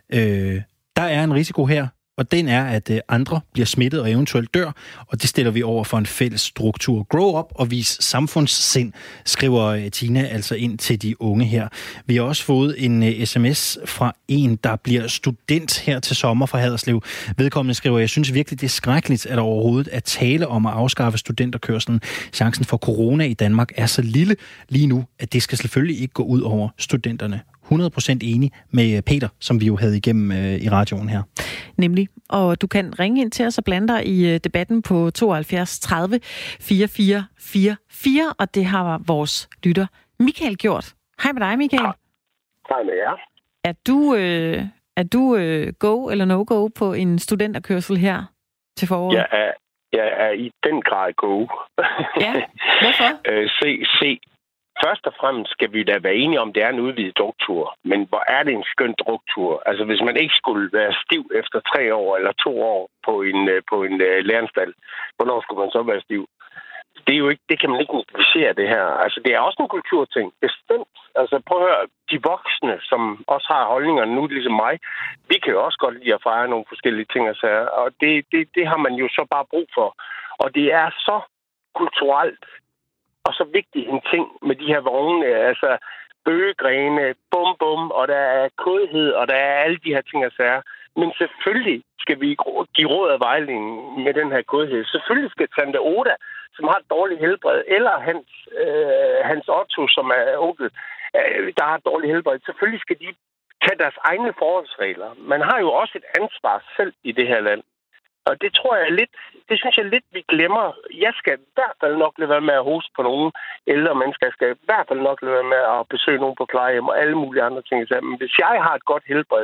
Speaker 2: Øh, der er en risiko her, og den er, at andre bliver smittet og eventuelt dør, og det stiller vi over for en fælles struktur. Grow up og vis samfundssind, skriver Tina altså ind til de unge her. Vi har også fået en sms fra en, der bliver student her til sommer fra Haderslev. Vedkommende skriver, jeg synes virkelig, det er skrækkeligt, at overhovedet at tale om at afskaffe studenterkørslen. Chancen for corona i Danmark er så lille lige nu, at det skal selvfølgelig ikke gå ud over studenterne. hundrede procent enig med Peter, som vi jo havde igennem øh, i radioen her.
Speaker 3: Nemlig. Og du kan ringe ind til os og blande dig i debatten på tooghalvfjerds tredive fireogfyrre fireogfyrre, og det har vores lytter Michael gjort. Hej med dig, Michael.
Speaker 7: Hej med jer.
Speaker 3: Er du, øh, er du øh, go eller no-go på en studenterkørsel her til foråret?
Speaker 7: Jeg er, jeg er i den grad go.
Speaker 3: Ja, hvorfor?
Speaker 7: øh, se, se. Først og fremmest skal vi da være enige om, at det er en udvidet druktur. Men hvor er det en skøn druktur? Altså, hvis man ikke skulle være stiv efter tre år eller to år på en, på en uh, læreanstalt, hvornår skulle man så være stiv? Det er jo ikke, det kan man ikke negligere, det her. Altså, det er også en kulturting. Bestemt. Altså, prøv at høre, de voksne, som også har holdninger nu, ligesom mig, vi kan jo også godt lide at fejre nogle forskellige ting og sager. Og det, det, det har man jo så bare brug for. Og det er så kulturelt og så vigtig en ting med de her vogne, altså bøgegrene, bum bum, og der er kodhed, og der er alle de her ting og sager. Men selvfølgelig skal vi give råd af vejledning med den her kodhed. Selvfølgelig skal Tante Oda, som har et dårligt helbred, eller hans, øh, hans Otto, som er onkel, øh, der har et dårligt helbred, selvfølgelig skal de tage deres egne forholdsregler. Man har jo også et ansvar selv i det her land. Og det tror jeg lidt, det synes jeg lidt, vi glemmer. Jeg skal i hvert fald nok lade være med at hoste på nogen ældre mennesker. Jeg skal i hvert fald nok lade være med at besøge nogen på plejehjem og alle mulige andre ting. Men hvis jeg har et godt helbred,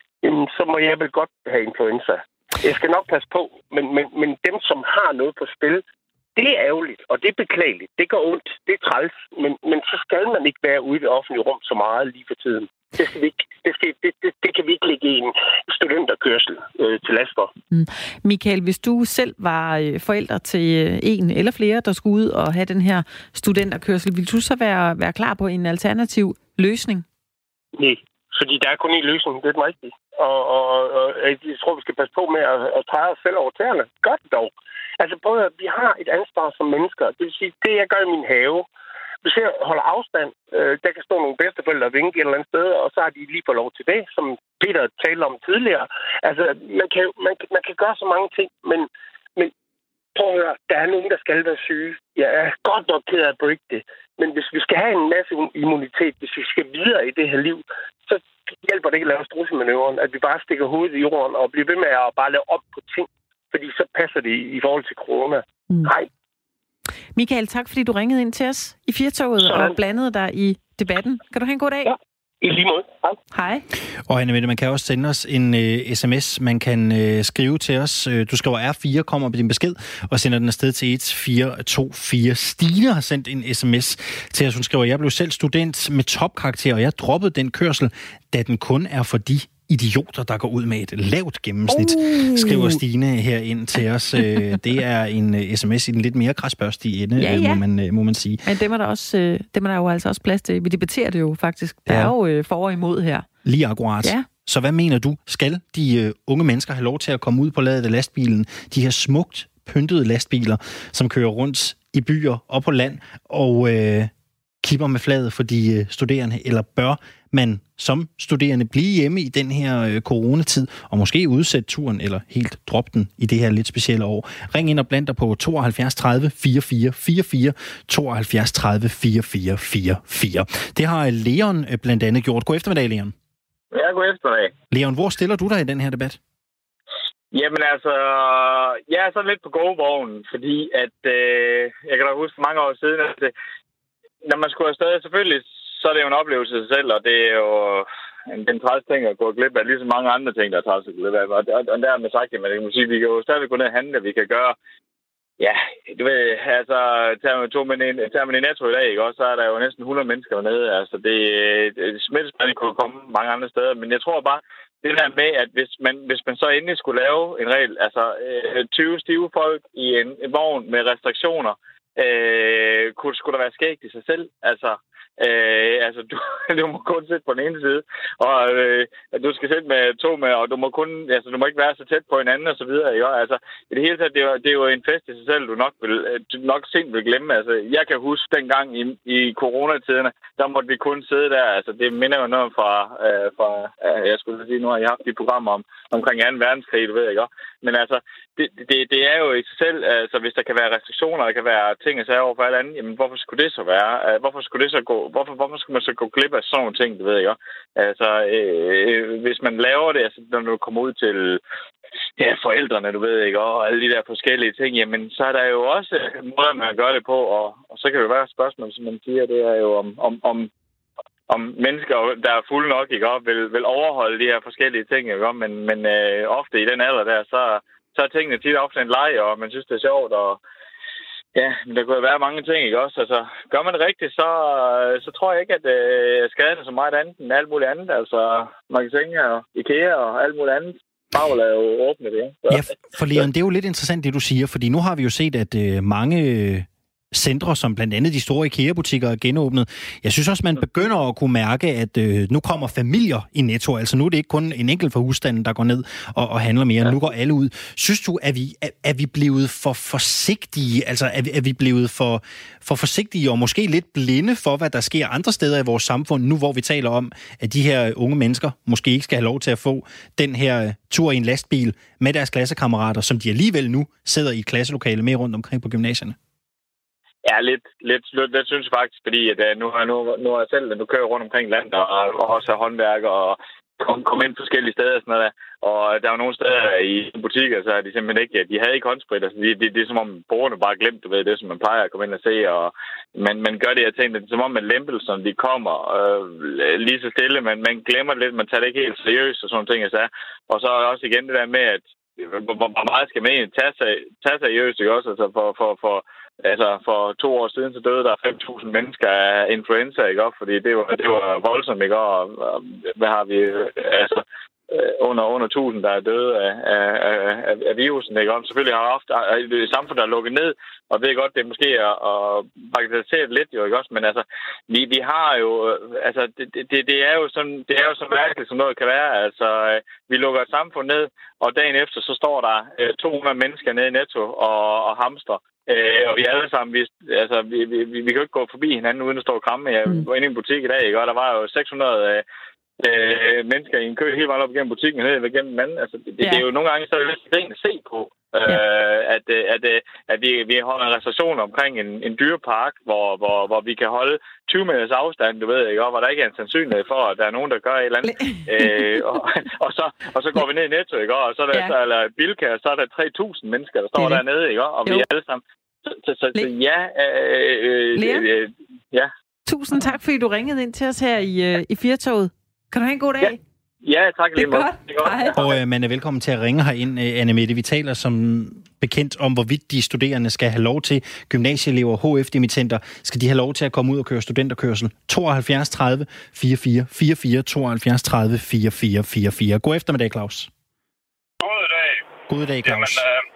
Speaker 7: så må jeg vel godt have influenza. Jeg skal nok passe på, men, men, men dem, som har noget på spil, det er ærgerligt, og det er beklageligt. Det går ondt, det er træls, men, men så skal man ikke være ude i det offentlige rum så meget lige for tiden. Det, skal vi ikke, det, skal, det, det, det kan vi ikke lægge i en studenterkørsel øh, til last for.
Speaker 3: Mm. Michael, hvis du selv var øh, forælder til øh, en eller flere, der skulle ud og have den her studenterkørsel, ville du så være, være klar på en alternativ løsning?
Speaker 7: Nej, fordi der er kun en løsning, det er den rigtige. Og, og, og jeg tror, vi skal passe på med at, at træde os selv over tæerne. Gør det dog. Altså prøv at vi har et ansvar som mennesker. Det vil sige, det jeg gør i min have, hvis jeg holder afstand, øh, der kan stå nogle bedsteforældre og vinke et eller andet sted, og så har de lige fået lov til det, som Peter talte om tidligere. Altså, man kan, man, man kan gøre så mange ting, men, men prøv at høre, der er nogen, der skal være syge. Jeg er godt nok ked af at break det, men hvis vi skal have en masse immunitet, hvis vi skal videre i det her liv, så hjælper det ikke at lave strudsemanøvren, at vi bare stikker hovedet i jorden og bliver ved med at bare lave op på ting, fordi så passer det i forhold til corona. Mm. Nej.
Speaker 3: Michael, tak fordi du ringede ind til os i Firtoget og blandede dig i debatten. Kan du have en god dag?
Speaker 7: Ja, i lige måde. Hej.
Speaker 3: Hej.
Speaker 2: Og Annemette, man kan også sende os en uh, sms. Man kan uh, skrive til os. Uh, du skriver R fire, kommer med din besked, og sender den afsted til et fire to fire. Stine har sendt en sms til os. Hun skriver, jeg blev selv student med topkarakter, og jeg droppede den kørsel, da den kun er for de idioter, der går ud med et lavt gennemsnit, uh. skriver Stine her ind til os. Det er en sms i den lidt mere græsbørstige ende, ja, ja. Må, man, må man sige.
Speaker 3: Men dem er der, også, dem er der jo altså også plads til. Vi debatterer det jo faktisk. Der ja. er jo for og imod her.
Speaker 2: Lige akkurat. Ja. Så hvad mener du? Skal de uh, unge mennesker have lov til at komme ud på ladet af lastbilen? De her smukt pyntede lastbiler, som kører rundt i byer og på land og øh, kipper med flaget for de øh, studerende, eller bør man som studerende blive hjemme i den her øh, coronatid, og måske udsætte turen, eller helt droppe den i det her lidt specielle år. Ring ind og bland dig på tooghalvfjerds tredive fireogfyrre fireogfyrre, tooghalvfjerds tredive fireogfyrre fireogfyrre. Det har Leon øh, blandt andet gjort. God eftermiddag, Leon.
Speaker 8: Ja, god eftermiddag.
Speaker 2: Leon, hvor stiller du dig i den her debat?
Speaker 8: Jamen altså, jeg er sådan lidt på gåvognen, fordi at, øh, jeg kan da huske mange år siden, at det, når man skulle afsted, selvfølgelig, så er det jo en oplevelse i sig selv, og det er jo en, en træls ting at gå glip af, ligesom mange andre ting, der er træls at gå glip af. Og, og, og dermed sagt, at man kan sige, vi kan jo stadig gå ned og handle, vi kan gøre, ja, du ved, altså, tager man, tog man, en, tager man en Netto i dag, ikke også, så er der jo næsten hundrede mennesker dernede, altså, det, det smittespredning kunne komme mange andre steder, men jeg tror bare, det der med, at hvis man, hvis man så endelig skulle lave en regel, altså øh, tyve stive folk i en, en vogn med restriktioner, øh, kunne, skulle der være skægt i sig selv, altså, Øh, altså, du, du må kun sidde på den ene side, og øh, du skal sidde med to med, og du må kun, altså, du må ikke være så tæt på hinanden og så videre, ikke? Altså, i det hele taget, det er, jo, det er jo en fest i sig selv, du nok vil, du nok sent vil glemme. Altså, jeg kan huske dengang i, i coronatiderne, der måtte vi kun sidde der, altså, det minder jo noget fra, øh, fra øh, jeg skulle sige, nu har jeg haft de programmer om, omkring anden verdenskrig, du ved, ikke? Men altså, det, det, det er jo i sig selv, altså, hvis der kan være restriktioner, der kan være ting og sager over for alle andre, jamen, hvorfor skulle det så være? Hvorfor skulle det så gå Hvorfor, hvorfor skulle man så gå glip af sådan nogle ting, det ved jeg jo. Altså, øh, hvis man laver det, altså, når du kommer ud til ja, forældrene, du ved ikke, og alle de der forskellige ting, jamen, så er der jo også måder, man gør det på, og, og så kan det jo være et spørgsmål, som man siger, det er jo om, om, om, om mennesker, der er fulde nok, ikke, og vil, vil overholde de her forskellige ting, ikke, men, men øh, ofte i den alder der, så, så er tingene tit ofte en leg, og man synes, det er sjovt, og ja, men der kunne være mange ting, ikke også? Altså, gør man det rigtigt, så, så tror jeg ikke, at øh, skaden er så meget andet end alt muligt andet. Altså, magasin og IKEA og alt muligt andet. Bagl er jo åbne det. Så.
Speaker 2: Ja, for Leon, det er jo lidt interessant, det du siger, fordi nu har vi jo set, at øh, mange centre, som blandt andet de store IKEA-butikker er genåbnet. Jeg synes også, man begynder at kunne mærke, at øh, nu kommer familier i Netto. Altså nu er det ikke kun en enkelt fra husstanden, der går ned og, og handler mere. Ja. Nu går alle ud. Synes du, at vi er, er vi blevet for forsigtige? Altså er vi, er vi blevet for, for forsigtige og måske lidt blinde for, hvad der sker andre steder i vores samfund, nu hvor vi taler om, at de her unge mennesker måske ikke skal have lov til at få den her tur i en lastbil med deres klassekammerater, som de alligevel nu sidder i et klasselokale med rundt omkring på gymnasierne?
Speaker 8: Ja, lidt, lidt, lidt, lidt synes jeg faktisk, fordi at, nu, nu, nu er jeg selv, nu kører rundt omkring landet og, og også har håndværk og komme kom ind forskellige steder og sådan noget der. Og der er jo nogle steder i butikker, så er de simpelthen ikke, de havde ikke håndsprit. Altså, det de, de er som om borgerne bare glemt, du ved, det som man plejer at komme ind og se. Og man, man gør det, jeg tænkte, det er som om, at lempelserne, de kommer øh, lige så stille, men man glemmer det lidt, man tager det ikke helt seriøst og sådan ting. Altså. Og så også igen det der med, at hvor meget skal man egentlig tage, sig, tage seriøst, ikke også? Altså for, for, for Altså, for to år siden, så døde der fem tusind mennesker af influenza, ikke op? Fordi det var, det var voldsomt, ikke? Og, og hvad har vi? Altså, under, under tusind, der er døde af, af, af, af virusen, ikke? Og selvfølgelig har ofte et samfund, der er lukket ned, og det er godt, det er måske at, at bagatellisere det lidt, jo, ikke også? Men altså, vi, vi har jo, altså, det, det, det er jo sådan, det er jo så mærkeligt, som noget kan være. Altså, vi lukker et samfund ned, og dagen efter, så står der to hundrede mennesker nede i Netto og, og hamster. Øh, og vi alle sammen, vi, altså, vi, vi, vi, vi kan jo ikke gå forbi hinanden uden at stå og kramme. Jeg var inde i en butik i dag, ikke? Og der var jo seks hundrede øh, mennesker i en kø hele vejen op igennem butikken og ned igennem den anden. Altså, det, ja. det er jo nogle gange så er det lidt rent at se på, øh, ja. at, at, at, at vi, vi holder en restriktion omkring en, en dyrepark, hvor, hvor, hvor vi kan holde tyve meters afstand, du ved, ikke? Og hvor der ikke er en sandsynlighed for, at der er nogen, der gør et eller andet. øh, og, og, så, og så går vi ned i Netto, ikke? Og så er der, ja. så, eller Bilka, og så er der tre tusind mennesker, der står dernede, ikke? Og jo. Vi er alle sammen. Så, så, så, så ja, øh, øh, øh, ja.
Speaker 3: Tusind tak, fordi du ringede ind til os her i, øh, i Firtoget. Kan du have en god dag?
Speaker 8: Ja. Ja, tak lige
Speaker 3: meget. Det er godt.
Speaker 2: Hej. Og øh, man er velkommen til at ringe herind, øh, Anne-Mette. Vi taler som bekendt om, hvorvidt de studerende skal have lov til, gymnasieelever, H F-dimittenter, skal de have lov til at komme ud og køre studenterkørsel. tooghalvfjerds tredive fireogfyrre fireogfyrre, tooghalvfjerds tredive fireogfyrre fireogfyrre. God eftermiddag, Claus.
Speaker 9: God dag.
Speaker 2: God dag, Claus.
Speaker 9: Jamen, øh,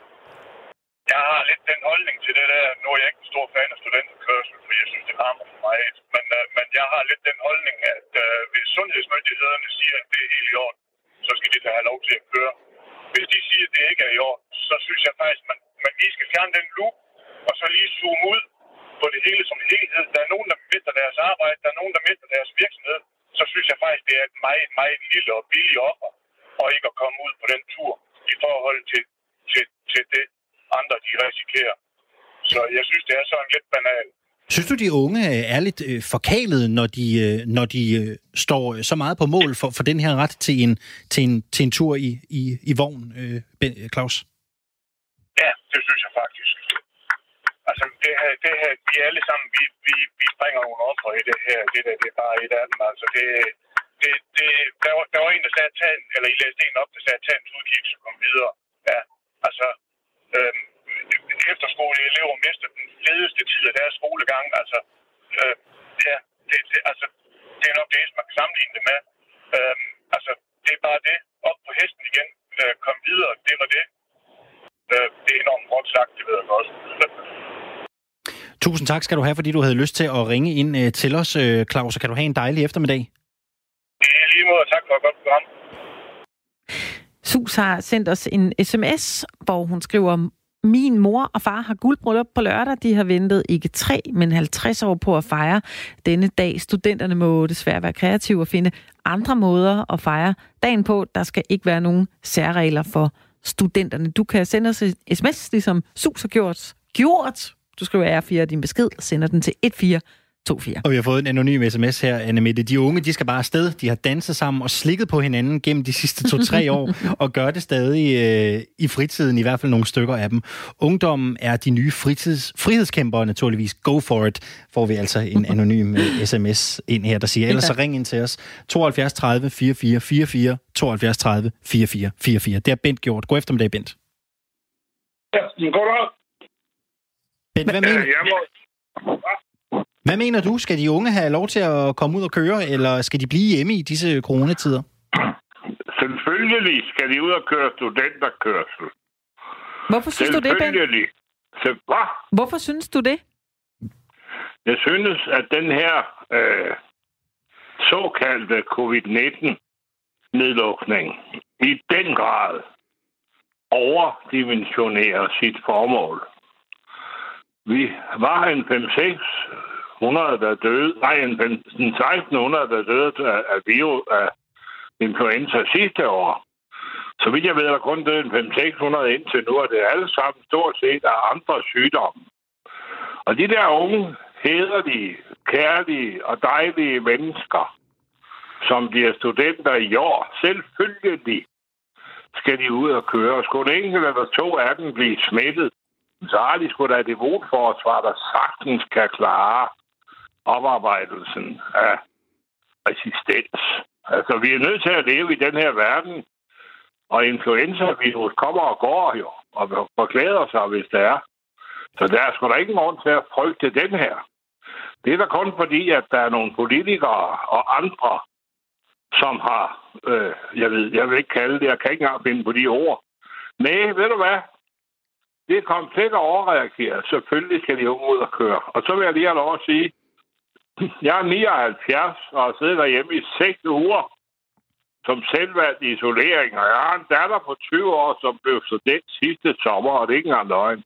Speaker 9: jeg har lidt den holdning til det der. Nu er jeg ikke en stor fan af studenterkørsel, for jeg synes, det larmer for mig. Men, øh, men jeg har lidt den holdning, at øh, hvis sundhedsmyndighederne siger, at det er helt i orden, så skal de da have lov til at køre. Hvis de siger, at det ikke er i orden, så synes jeg faktisk, at man, man lige skal fjerne den loop, og så lige zoome ud på det hele som helhed. Der er nogen, der mister deres arbejde, der er nogen, der mister deres virksomhed. Så synes jeg faktisk, det er et meget, meget lille og billigt offer, og ikke at komme ud på den tur i forhold til, til, til det, andre de risikerer. Så jeg synes, det er sådan lidt banalt.
Speaker 2: Synes du, de unge er lidt øh, forkælede, når de, øh, når de øh, står så meget på mål for, for den her ret til en, til en, til en tur i, i, i vogn, øh, ben, Claus?
Speaker 9: Ja, det synes jeg faktisk. Altså, det her, det her, vi alle sammen, vi, vi, vi springer nogle offer i det her. Det der, det er bare et af dem. Altså, det, det, det, der, var, der var en, der sagde, tag en, eller I læste en op, der sagde, tag en tudkig, så kom videre. Ja, altså, øhm, efterskoleelever mister den fedeste tid af deres skolegang. Altså, øh, ja, det, det, altså, det er nok det, man kan sammenligne det med. Øhm, altså, det er bare det. Op på hesten igen. Øh, kom videre. Det var det. Øh, det er enormt godt sagt, det ved jeg godt.
Speaker 2: Tusind tak skal du have, fordi du havde lyst til at ringe ind øh, til os, øh, Claus. Så kan du have en dejlig eftermiddag.
Speaker 9: I lige måde, tak for et godt program.
Speaker 3: Sus har sendt os en sms, hvor hun skriver: min mor og far har guldbryllup på lørdag. De har ventet ikke tre, men halvtreds år på at fejre denne dag. Studenterne må desværre være kreative og finde andre måder at fejre dagen på. Der skal ikke være nogen særregler for studenterne. Du kan sende os en sms, ligesom Sus har gjort. Gjort! Du skriver R fire din besked og sender den til et fire to fire.
Speaker 2: Og vi har fået en anonym sms her, Anne-Mette. De unge, de skal bare afsted. De har danset sammen og slikket på hinanden gennem de sidste to-tre år, og gør det stadig øh, i fritiden, i hvert fald nogle stykker af dem. Ungdommen er de nye fritids, frihedskæmpere, naturligvis. Go for it, får vi altså en anonym øh, sms ind her, der siger. Ellers så ring ind til os. tooghalvfjerds tredive fireogfyrre fireogfyrre, tooghalvfjerds tredive fireogfyrre fireogfyrre. Det har Bent gjort. God eftermiddag, Bent.
Speaker 10: Ja, goddag.
Speaker 2: Bent, hvad mener, hvad mener du? Skal de unge have lov til at komme ud og køre, eller skal de blive hjemme i disse coronatider?
Speaker 10: Selvfølgelig skal de ud og køre studenterkørsel.
Speaker 3: Hvorfor synes du det, Ben?
Speaker 10: Så, hvad?
Speaker 3: Hvorfor synes du det?
Speaker 10: Jeg synes, at den her øh, såkaldte covid nitten-nedlukning i den grad overdimensionerer sit formål. Vi var en fem seks hundrede, der døde, nej, en seksten hundrede, der døde af, af, virus, af influenza sidste år. Så vidt jeg ved, der kun døde en fem seks hundrede indtil nu, og det er alle sammen stort set af andre sygdomme. Og de der unge, hæderlige, kærlige og dejlige mennesker, som bliver studenter i år, selvfølgelig skal de ud og køre. Skulle en enkelt eller to af dem blive smittet, så har de sgu da et immunforsvar, der sagtens kan klare oparbejdelsen af resistens. Altså, vi er nødt til at leve i den her verden, og influenza-virus kommer og går jo, og forklæder sig, hvis det er. Så der er sgu da ikke nogen til at frygte den her. Det er da kun fordi, at der er nogle politikere og andre, som har, øh, jeg ved, jeg vil ikke kalde det, jeg kan ikke engang finde på de ord. Nej, ved du hvad? Det er kommet til at overreagere. Selvfølgelig skal de unge ud og køre. Og så vil jeg lige have lov at sige, jeg er nioghalvfjerds og har siddet derhjemme i seks uger som selvvalgt isolering. Og jeg har en datter på tyve år, som blev student sidste sommer, og det er ikke engang løgn.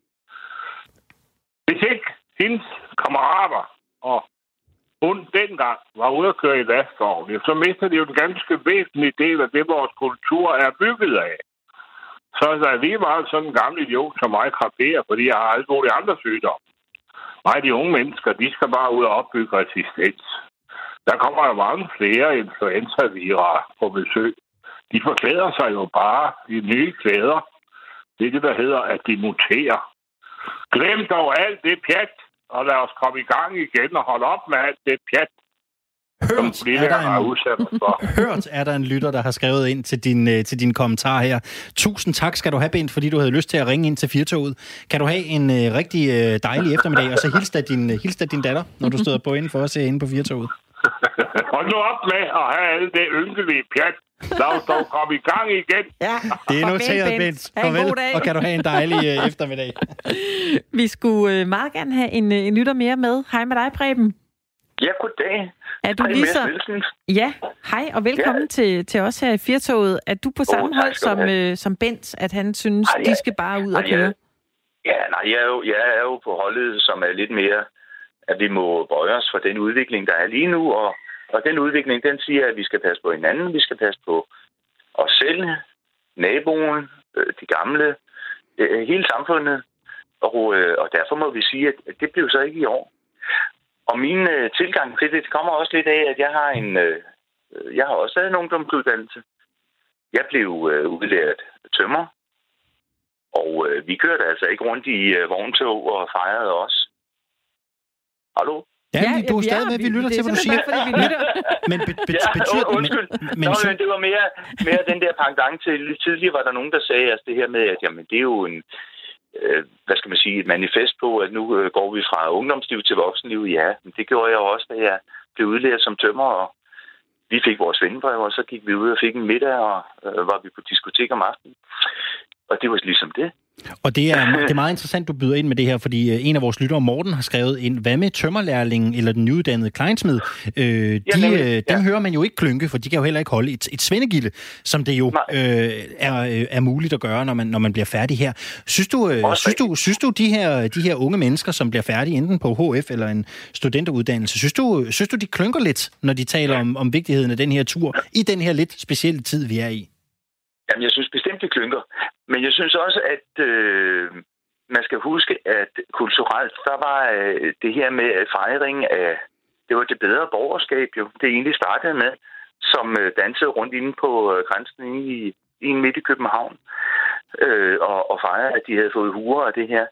Speaker 10: Hvis ikke hendes kammerater og hun dengang var ude at køre i lastvogn, så mister de jo en ganske væsentlig del af det, vores kultur er bygget af. Så er der lige meget sådan en gammel idiot som mig kraperer, fordi jeg har alle mulige andre sygdomme. Nej, de unge mennesker, de skal bare ud og opbygge resistens. Der kommer jo mange flere influenza-virer på besøg. De forklæder sig jo bare i nye klæder. Det er det, der hedder, at de muterer. Glem dog alt det pjat, og lad os komme i gang igen og holde op med alt det pjat.
Speaker 2: Hørt er, der en, hørt er der en lytter, der har skrevet ind til din, til din kommentar her. Tusind tak skal du have, Bent, fordi du havde lyst til at ringe ind til Firtoget. Kan du have en uh, rigtig uh, dejlig eftermiddag, og så hilse dig din, hilse dig din datter, når du støder på inden for os herinde på Firtoget.
Speaker 10: Hold nu op med at have alle det ynkelige pjat. Lad os dog komme i gang igen.
Speaker 3: Ja,
Speaker 2: det er noteret, Bent. Farvel, og kan du have en dejlig uh, eftermiddag.
Speaker 3: Vi skulle uh, meget gerne have en, en lytter mere med. Hej med dig, Preben.
Speaker 11: Ja, goddag.
Speaker 3: Er du lige så... Ja, hej og velkommen ja. til, til os her i Firtoget. Er du på samme oh, hold som, øh, som Bent, at han synes, Ej, ja. de skal bare ud og køre?
Speaker 11: Ja, nej, jeg er, jo, jeg er jo på holdet, som er lidt mere, at vi må bøje os for den udvikling, der er lige nu, og, og den udvikling, den siger, at vi skal passe på hinanden, vi skal passe på os selv, naboen, de gamle, hele samfundet, og, og derfor må vi sige, at det blev så ikke i år. Og min tilgang til det, det kommer også lidt af, at jeg har en, jeg har også en ungdomsuddannelse. Jeg blev udlært tømrer. Og øh, vi kørte altså ikke rundt i øh, vogntog og fejrede os. Hallo?
Speaker 2: Ja, ja du er stadig med, vi lytter til, hvad du siger.
Speaker 3: Bare, fordi vi lytter.
Speaker 2: Men be, be,
Speaker 11: ja,
Speaker 2: betyder det...
Speaker 11: Undskyld.
Speaker 2: Men, men,
Speaker 11: Nå, men det var mere, mere den der pendant til. Tidligere var der nogen, der sagde altså det her med, at jamen, det er jo en, øh, hvad skal man sige, et manifest på, at nu øh, går vi fra ungdomsliv til voksenliv. Ja, men det gjorde jeg også, da jeg blev udlært som tømrer, og vi fik vores vennebrev, og så gik vi ud og fik en middag, og øh, var vi på diskotek om aftenen. Og det var ligesom det.
Speaker 2: Og det er, det er meget interessant, du byder ind med det her, fordi en af vores lyttere, Morten, har skrevet ind, hvad med tømmerlærlingen eller den nyuddannede kleinsmed? Øh, de, ja, nemlig, dem ja. hører man jo ikke klynke, for de kan jo heller ikke holde et, et svendegilde, som det jo øh, er, er muligt at gøre, når man, når man bliver færdig her. Synes du, øh, synes du, synes du de, her, de her unge mennesker, som bliver færdige enten på H F eller en studenteruddannelse, synes du, synes du de klynker lidt, når de taler om, om vigtigheden af den her tur, i den her lidt specielle tid, vi er i?
Speaker 11: Jamen, jeg synes bestemt, det klynker. Men jeg synes også, at øh, man skal huske, at kulturelt, der var øh, det her med fejringen af, det var det bedre borgerskab jo, det egentlig startede med, som øh, dansede rundt inde på øh, grænsen inde i, i midt i København, øh, og, og fejrede, at de havde fået huer af det her.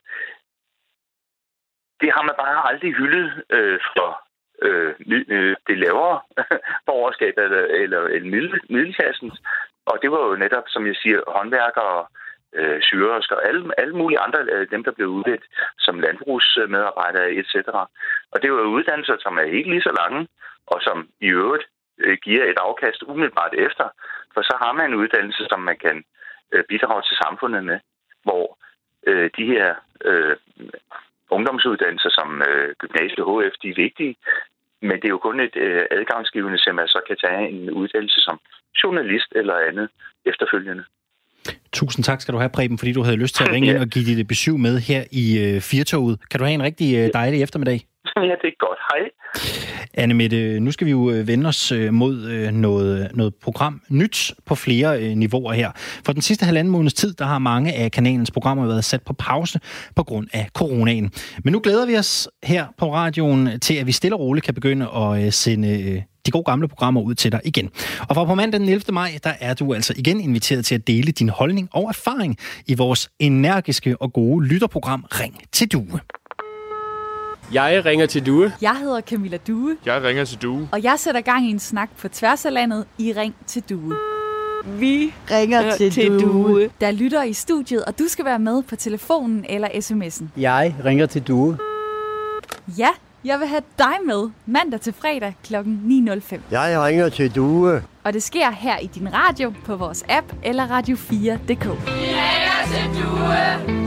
Speaker 11: Det har man bare aldrig hyldet øh, for øh, det lavere borgerskab, eller, eller, eller middel, middelklassens. Og det var jo netop, som jeg siger, håndværkere, øh, sygeplejersker og alle, alle mulige andre, øh, dem der blev udledt som landbrugsmedarbejdere et cetera. Og det var jo uddannelser, som er ikke lige så lange, og som i øvrigt øh, giver et afkast umiddelbart efter. For så har man en uddannelse, som man kan øh, bidrage til samfundet med, hvor øh, de her øh, ungdomsuddannelser som øh, gymnasiet og H F, de er vigtige. Men det er jo kun et øh, adgangsgivende, så man så kan tage en uddannelse som journalist eller andet efterfølgende.
Speaker 2: Tusind tak skal du have, Preben, fordi du havde lyst til at ringe ja. ind og give dit besøg med her i øh, Firtoget. Kan du have en rigtig øh, dejlig eftermiddag?
Speaker 11: Ja, det er godt. Hej.
Speaker 2: Annemette, nu skal vi jo vende os mod noget, noget program nyt på flere niveauer her. For den sidste halvanden måneds tid, der har mange af kanalens programmer været sat på pause på grund af coronaen. Men nu glæder vi os her på radioen til, at vi stille og roligt kan begynde at sende de gode gamle programmer ud til dig igen. Og fra på mandag den ellevte maj, der er du altså igen inviteret til at dele din holdning og erfaring i vores energiske og gode lytterprogram Ring til Due.
Speaker 12: Jeg ringer til Due.
Speaker 13: Jeg hedder Camilla Due.
Speaker 12: Jeg ringer til Due.
Speaker 13: Og jeg sætter gang i en snak på tværs af landet i Ring til Due.
Speaker 14: Vi ringer til, til Due.
Speaker 13: Due. Der lytter i studiet, og du skal være med på telefonen eller sms'en.
Speaker 15: Jeg ringer til Due.
Speaker 13: Ja, jeg vil have dig med mandag til fredag klokken ni nul fem.
Speaker 15: Jeg ringer til Due.
Speaker 13: Og det sker her i din radio, på vores app eller radio fire punktum d k.
Speaker 14: Vi ringer til Due.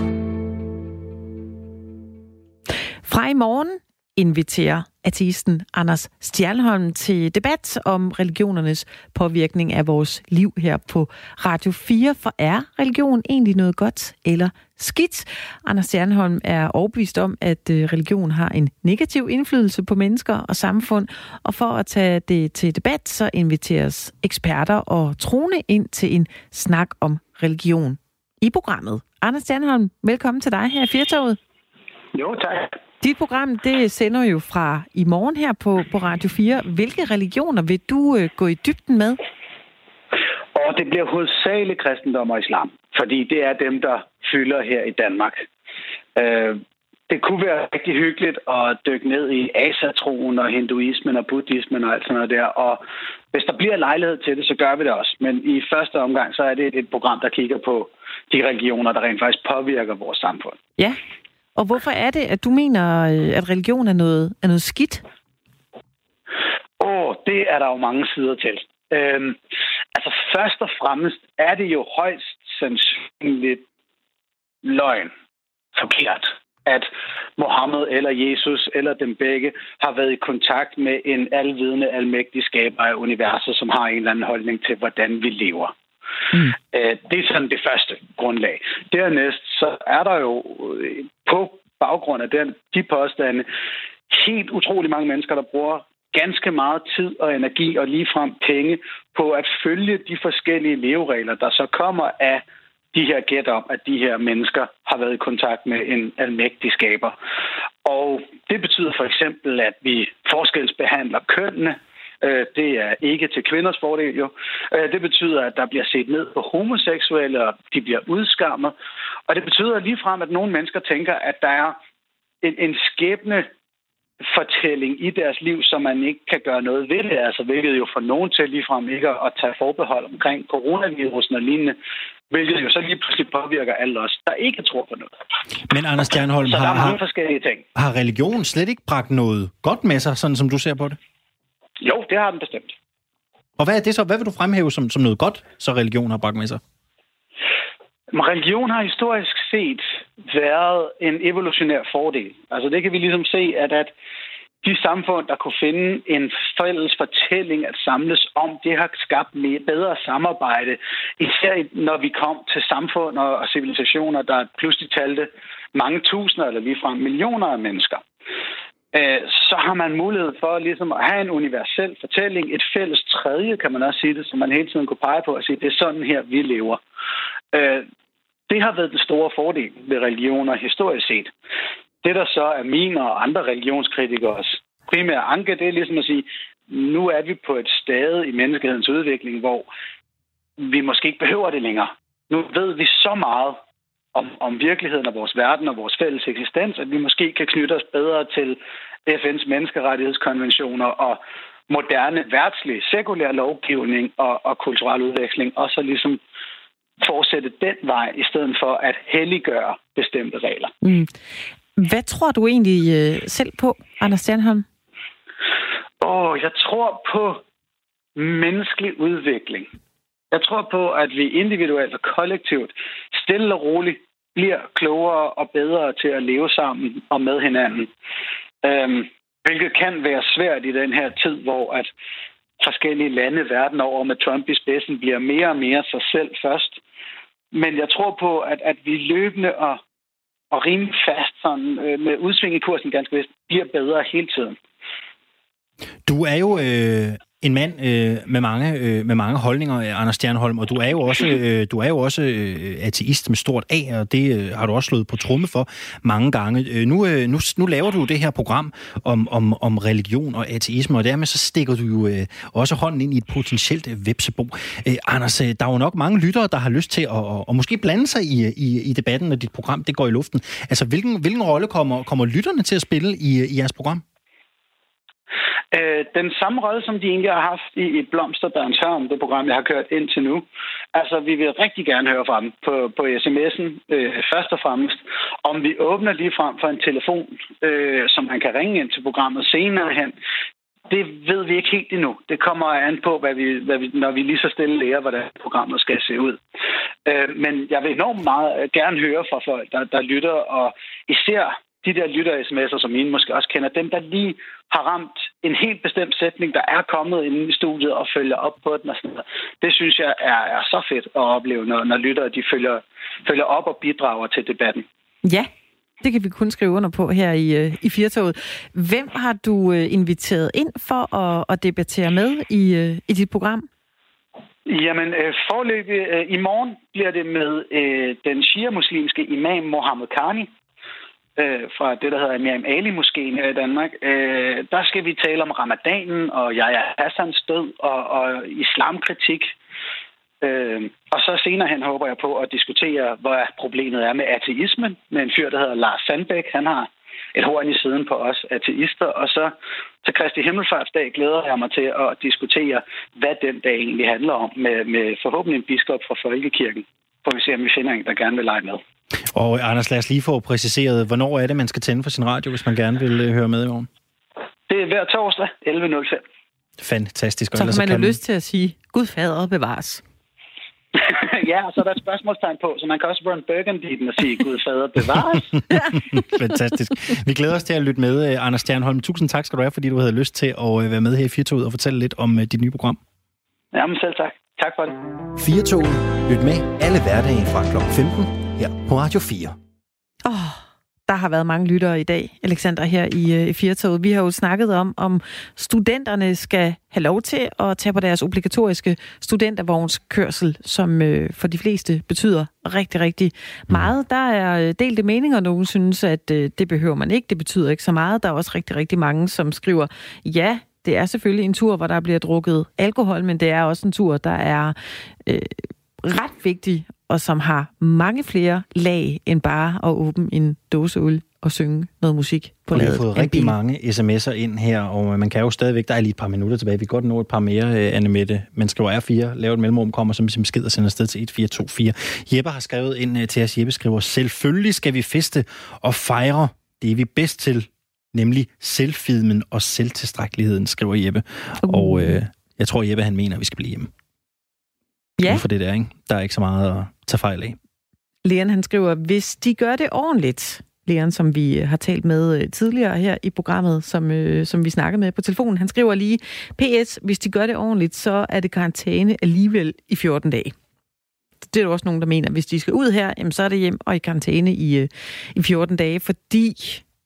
Speaker 3: Fra i morgen inviterer ateisten Anders Stjernholm til debat om religionernes påvirkning af vores liv her på Radio fire. For er religion egentlig noget godt eller skidt? Anders Stjernholm er overbevist om, at religion har en negativ indflydelse på mennesker og samfund. Og for at tage det til debat, så inviteres eksperter og troende ind til en snak om religion i programmet. Anders Stjernholm, velkommen til dig her i Firtoget.
Speaker 4: Jo, tak.
Speaker 3: Dit program, det sender jo fra i morgen her på, på Radio fire. Hvilke religioner vil du øh, gå i dybden med?
Speaker 4: Og det bliver hovedsageligt kristendom og islam, fordi det er dem, der fylder her i Danmark. Øh, det kunne være rigtig hyggeligt at dykke ned i asatroen og hinduismen og buddhismen og alt sådan noget der. Og hvis der bliver lejlighed til det, så gør vi det også. Men i første omgang, så er det et program, der kigger på de religioner, der rent faktisk påvirker vores samfund.
Speaker 3: Ja. Og hvorfor er det, at du mener, at religion er noget, er noget skidt?
Speaker 4: Åh, oh, det er der jo mange sider til. Øhm, altså først og fremmest er det jo højst sandsynligt løgn, forkert, at Mohammed eller Jesus eller dem begge har været i kontakt med en alvidende, almægtig skaber af universet, som har en eller anden holdning til, hvordan vi lever. Mm. Det er sådan det første grundlag. Dernæst så er der jo på baggrund af den, de påstande helt utrolig mange mennesker, der bruger ganske meget tid og energi og ligefrem penge på at følge de forskellige leveregler, der så kommer af de her gæt om, at de her mennesker har været i kontakt med en almægtig skaber. Og det betyder for eksempel, at vi forskelsbehandler kønnene. Det er ikke til kvinders fordel jo. Det betyder, at der bliver set ned på homoseksuelle, og de bliver udskammet. Og det betyder ligefrem, at nogle mennesker tænker, at der er en, en skæbne fortælling i deres liv, som man ikke kan gøre noget ved det, altså hvilket jo får nogen til ligefrem ikke at tage forbehold omkring coronavirusen og lignende, hvilket jo så lige pludselig påvirker alle os, der ikke tror på noget.
Speaker 2: Men Anders Stjernholm,
Speaker 4: så der
Speaker 2: har,
Speaker 4: er mange forskellige ting.
Speaker 2: Har religion slet ikke bragt noget godt med sig, sådan som du ser på det?
Speaker 4: Jo, det har den bestemt.
Speaker 2: Og hvad er det så? Hvad vil du fremhæve som, som noget godt, så religion har bragt med sig?
Speaker 4: Religion har historisk set været en evolutionær fordel. Altså det kan vi ligesom se, at, at de samfund, der kunne finde en fælles fortælling at samles om, det har skabt mere, bedre samarbejde. Især når vi kom til samfund og civilisationer, der pludselig talte mange tusinder eller ligefrem millioner af mennesker. Så har man mulighed for ligesom at have en universel fortælling, et fælles tredje, kan man også sige det, som man hele tiden kunne pege på og sige, det er sådan her, vi lever. Det har været den store fordel ved religioner historisk set. Det, der så er min og andre religionskritikers primære anke, det er ligesom at sige, nu er vi på et stade i menneskehedens udvikling, hvor vi måske ikke behøver det længere. Nu ved vi så meget om, om virkeligheden af vores verden og vores fælles eksistens, at vi måske kan knytte os bedre til F N's menneskerettighedskonventioner og moderne værtslig, sekulær lovgivning og, og kulturel udveksling, og så ligesom fortsætte den vej, i stedet for at helliggøre bestemte regler.
Speaker 3: Mm. Hvad tror du egentlig øh, selv på, Anders Stjernholm?
Speaker 4: Åh, oh, jeg tror på menneskelig udvikling. Jeg tror på, at vi individuelt og kollektivt, stille og roligt, bliver klogere og bedre til at leve sammen og med hinanden. Øhm, hvilket kan være svært i den her tid, hvor at forskellige lande verden over med Trump i spidsen bliver mere og mere sig selv først. Men jeg tror på, at, at vi løbende og, og rimelig fast sådan, øh, med udsving i kursen ganske vist, bliver bedre hele tiden.
Speaker 2: Du er jo øh, en mand øh, med mange øh, med mange holdninger, Anders Stjernholm, og du er jo også øh, du er jo også øh, ateist med stort A, og det øh, har du også slået på tromme for mange gange. Øh, nu, øh, nu nu laver du det her program om om om religion og ateisme, og dermed så stikker du jo øh, også hånden ind i et potentielt øh, hvepsebo. Øh, Anders, øh, der er jo nok mange lyttere, der har lyst til at og, og måske blande sig i, i i debatten, når dit program det går i luften. Altså, hvilken hvilken rolle kommer kommer lytterne til at spille i i jeres program?
Speaker 4: Den samme rolle, som de egentlig har haft i, i Blomsterbørns Hørm, det program, jeg har kørt indtil nu. Altså, vi vil rigtig gerne høre fra dem på, på sms'en, øh, først og fremmest. Om vi åbner lige frem for en telefon, øh, som man kan ringe ind til programmet senere hen, det ved vi ikke helt endnu. Det kommer an på, hvad vi, hvad vi, når vi lige så stille lærer, hvordan programmet skal se ud. Øh, men jeg vil enormt meget gerne høre fra folk, der, der lytter, og især de der lytter-sms'er, som I måske også kender, dem, der lige har ramt en helt bestemt sætning, der er kommet inde i studiet og følger op på den og sådan noget. Det synes jeg er, er så fedt at opleve, når, når lyttere de følger, følger op og bidrager til debatten.
Speaker 3: Ja, det kan vi kun skrive under på her i, i Firtoget. Hvem har du inviteret ind for at, at debattere med i, i dit program?
Speaker 4: Jamen, øh, forløbig øh, i morgen bliver det med øh, den shia-muslimske imam Mohammed Karni, Øh, fra det, der hedder Imam Ali-moskeen her i Danmark. Øh, der skal vi tale om ramadanen og Yahya Hassans død og, og islamkritik. Øh, og så senere hen håber jeg på at diskutere, hvad problemet er med ateismen, med en fyr, der hedder Lars Sandbæk. Han har et horn i siden på os ateister. Og så til Kristi Himmelfartsdag glæder jeg mig til at diskutere, hvad den dag egentlig handler om, med, med forhåbentlig en biskop fra Folkekirken. For vi ser, om vi finder en, der gerne vil lege med.
Speaker 2: Og Anders, lad os lige få præciseret, hvornår er det, man skal tænde for sin radio, hvis man gerne vil høre med i morgen?
Speaker 4: Det er hver torsdag, elleve nul fem.
Speaker 2: Fantastisk.
Speaker 3: Så har man jo lyst til at sige, Gud fader bevares.
Speaker 4: Ja, og så er der et spørgsmålstegn på, så man kan også Ron Burgundy den og sige, Gud fader bevares.
Speaker 2: Fantastisk. Vi glæder os til at lytte med, Anders Stjernholm. Tusind tak skal du have, fordi du havde lyst til at være med her i Firtoget og fortælle lidt om dit nye program.
Speaker 4: Jamen selv tak.
Speaker 16: Tak for det.
Speaker 2: Firtoget. Lyt med alle hverdage fra klokken femten her på Radio fire.
Speaker 3: Åh, oh, der har været mange lyttere i dag, Alexander, her i, i Firtoget. Vi har jo snakket om, om studenterne skal have lov til at tage på deres obligatoriske studentervognskørsel, som øh, for de fleste betyder rigtig, rigtig meget. Der er delte meninger, og nogen synes, at øh, det behøver man ikke. Det betyder ikke så meget. Der er også rigtig, rigtig mange, som skriver, ja, det er selvfølgelig en tur, hvor der bliver drukket alkohol, men det er også en tur, der er øh, ret vigtig, og som har mange flere lag end bare at åbne en dåse øl og synge noget musik på ladet.
Speaker 2: Vi har fået rigtig mange sms'er ind her, og man kan jo stadigvæk, der er lige et par minutter tilbage, vi kan godt nå et par mere, Anne-Mette. Man skriver R fire, laver et mellemrum, kommer som besked og sender afsted til et fire to fire. Jeppe har skrevet ind til os. Jeppe skriver, selvfølgelig skal vi feste og fejre. Det er vi bedst til, nemlig selvfidmen og selvtilstrækkeligheden, skriver Jeppe. Uh. Og øh, jeg tror, Jeppe han mener, at vi skal blive hjemme.
Speaker 3: Ja.
Speaker 2: For det der, ikke? Der er ikke så meget at tage fejl af.
Speaker 3: Leon, han skriver, hvis de gør det ordentligt, Leon, som vi har talt med tidligere her i programmet, som, øh, som vi snakkede med på telefonen, han skriver lige, P S, hvis de gør det ordentligt, så er det karantæne alligevel i fjorten dage. Det er jo også nogen, der mener, at hvis de skal ud her, jamen, så er det hjem og i karantæne i, øh, i fjorten dage, fordi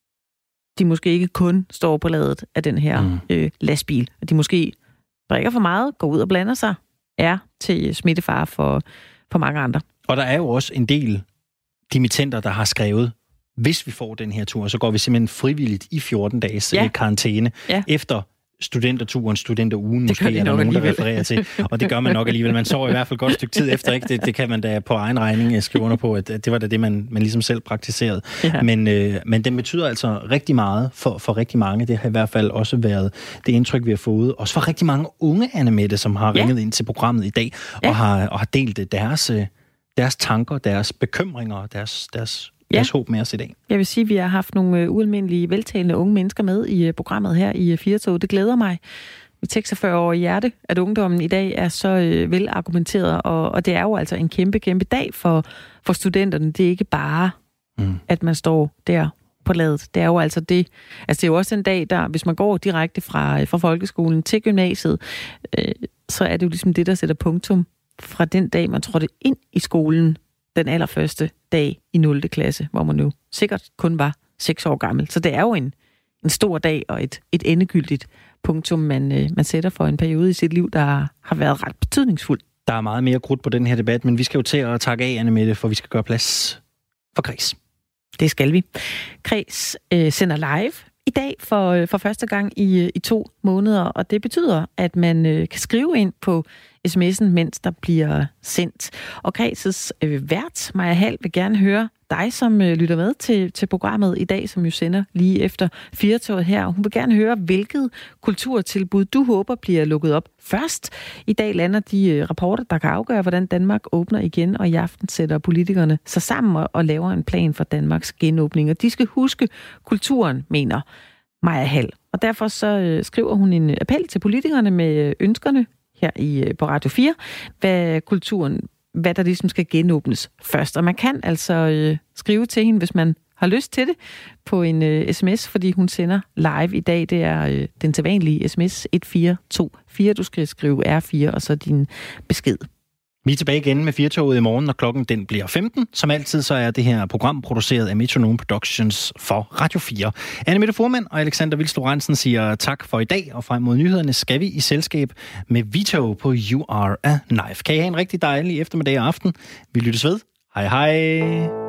Speaker 3: de måske ikke kun står på ladet af den her mm. øh, lastbil. At de måske drikker for meget, går ud og blander sig, er til smittefare for, for mange andre.
Speaker 2: Og der er jo også en del dimittenter, der har skrevet, hvis vi får den her tur, så går vi simpelthen frivilligt i fjorten dages ja. karantæne ja. efter studenterturen, studenterugen, måske er der nogen, alligevel. der refererer til. Og det gør man nok alligevel. Man sover i hvert fald godt et stykke tid efter, ikke? Det, det kan man da på egen regning skrive under på, at det var da det, man, man ligesom selv praktiserede. Ja. Men, øh, men den betyder altså rigtig meget for, for rigtig mange. Det har i hvert fald også været det indtryk, vi har fået. Også for rigtig mange unge, Anne-Mette, som har ja. ringet ind til programmet i dag, ja. og, har, og har delt deres, deres tanker, deres bekymringer, deres... deres Ja. håb med os i dag.
Speaker 3: Jeg vil sige, at vi har haft nogle ualmindelige, veltalende unge mennesker med i programmet her i Firtoget. Det glæder mig. Vi seksogfyrre år i hjerte, at ungdommen i dag er så øh, velargumenteret, og, og det er jo altså en kæmpe, kæmpe dag for, for studenterne. Det er ikke bare, mm. at man står der på ladet. Det er jo altså det. Altså det er jo også en dag, der, hvis man går direkte fra, fra folkeskolen til gymnasiet, øh, så er det jo ligesom det, der sætter punktum fra den dag, man trådte ind i skolen, den allerførste dag i nul klasse, hvor man jo sikkert kun var seks år gammel. Så det er jo en, en stor dag og et, et endegyldigt punktum, man, øh, man sætter for en periode i sit liv, der har været ret betydningsfuld.
Speaker 2: Der er meget mere krudt på den her debat, men vi skal jo til at takke af, Anne-Mette, for vi skal gøre plads for Kreds.
Speaker 3: Det skal vi. Kreds øh, sender live i dag for, øh, for første gang i, i to måneder, og det betyder, at man øh, kan skrive ind på sms'en, mens der bliver sendt. Og Kredsets øh, vært, Maja Hall, vil gerne høre dig, som øh, lytter med til, til programmet i dag, som jo sender lige efter Firtoget her. Hun vil gerne høre, hvilket kulturtilbud du håber bliver lukket op først. I dag lander de øh, rapporter, der kan afgøre, hvordan Danmark åbner igen, og i aften sætter politikerne sig sammen og, og laver en plan for Danmarks genåbning. Og de skal huske kulturen, mener Maja Hall. Og derfor så øh, skriver hun en appel til politikerne med ønskerne her i, på Radio fire, hvad kulturen, hvad der ligesom skal genåbnes først. Og man kan altså øh, skrive til hende, hvis man har lyst til det, på en øh, sms, fordi hun sender live i dag. Det er øh, den sædvanlige sms et fire to fire. Du skal skrive R fire, og så din besked.
Speaker 2: Vi er tilbage igen med Firtoget i morgen, når klokken den bliver femten. Som altid så er det her program produceret af Metronome Productions for Radio fire. Anne-Mette Fuhrmann og Alexander Vils Lorentzen siger tak for i dag, og frem mod nyhederne skal vi i selskab med Vito på You Are a Knife. Kan I have en rigtig dejlig eftermiddag og aften? Vi lyttes ved. Hej hej!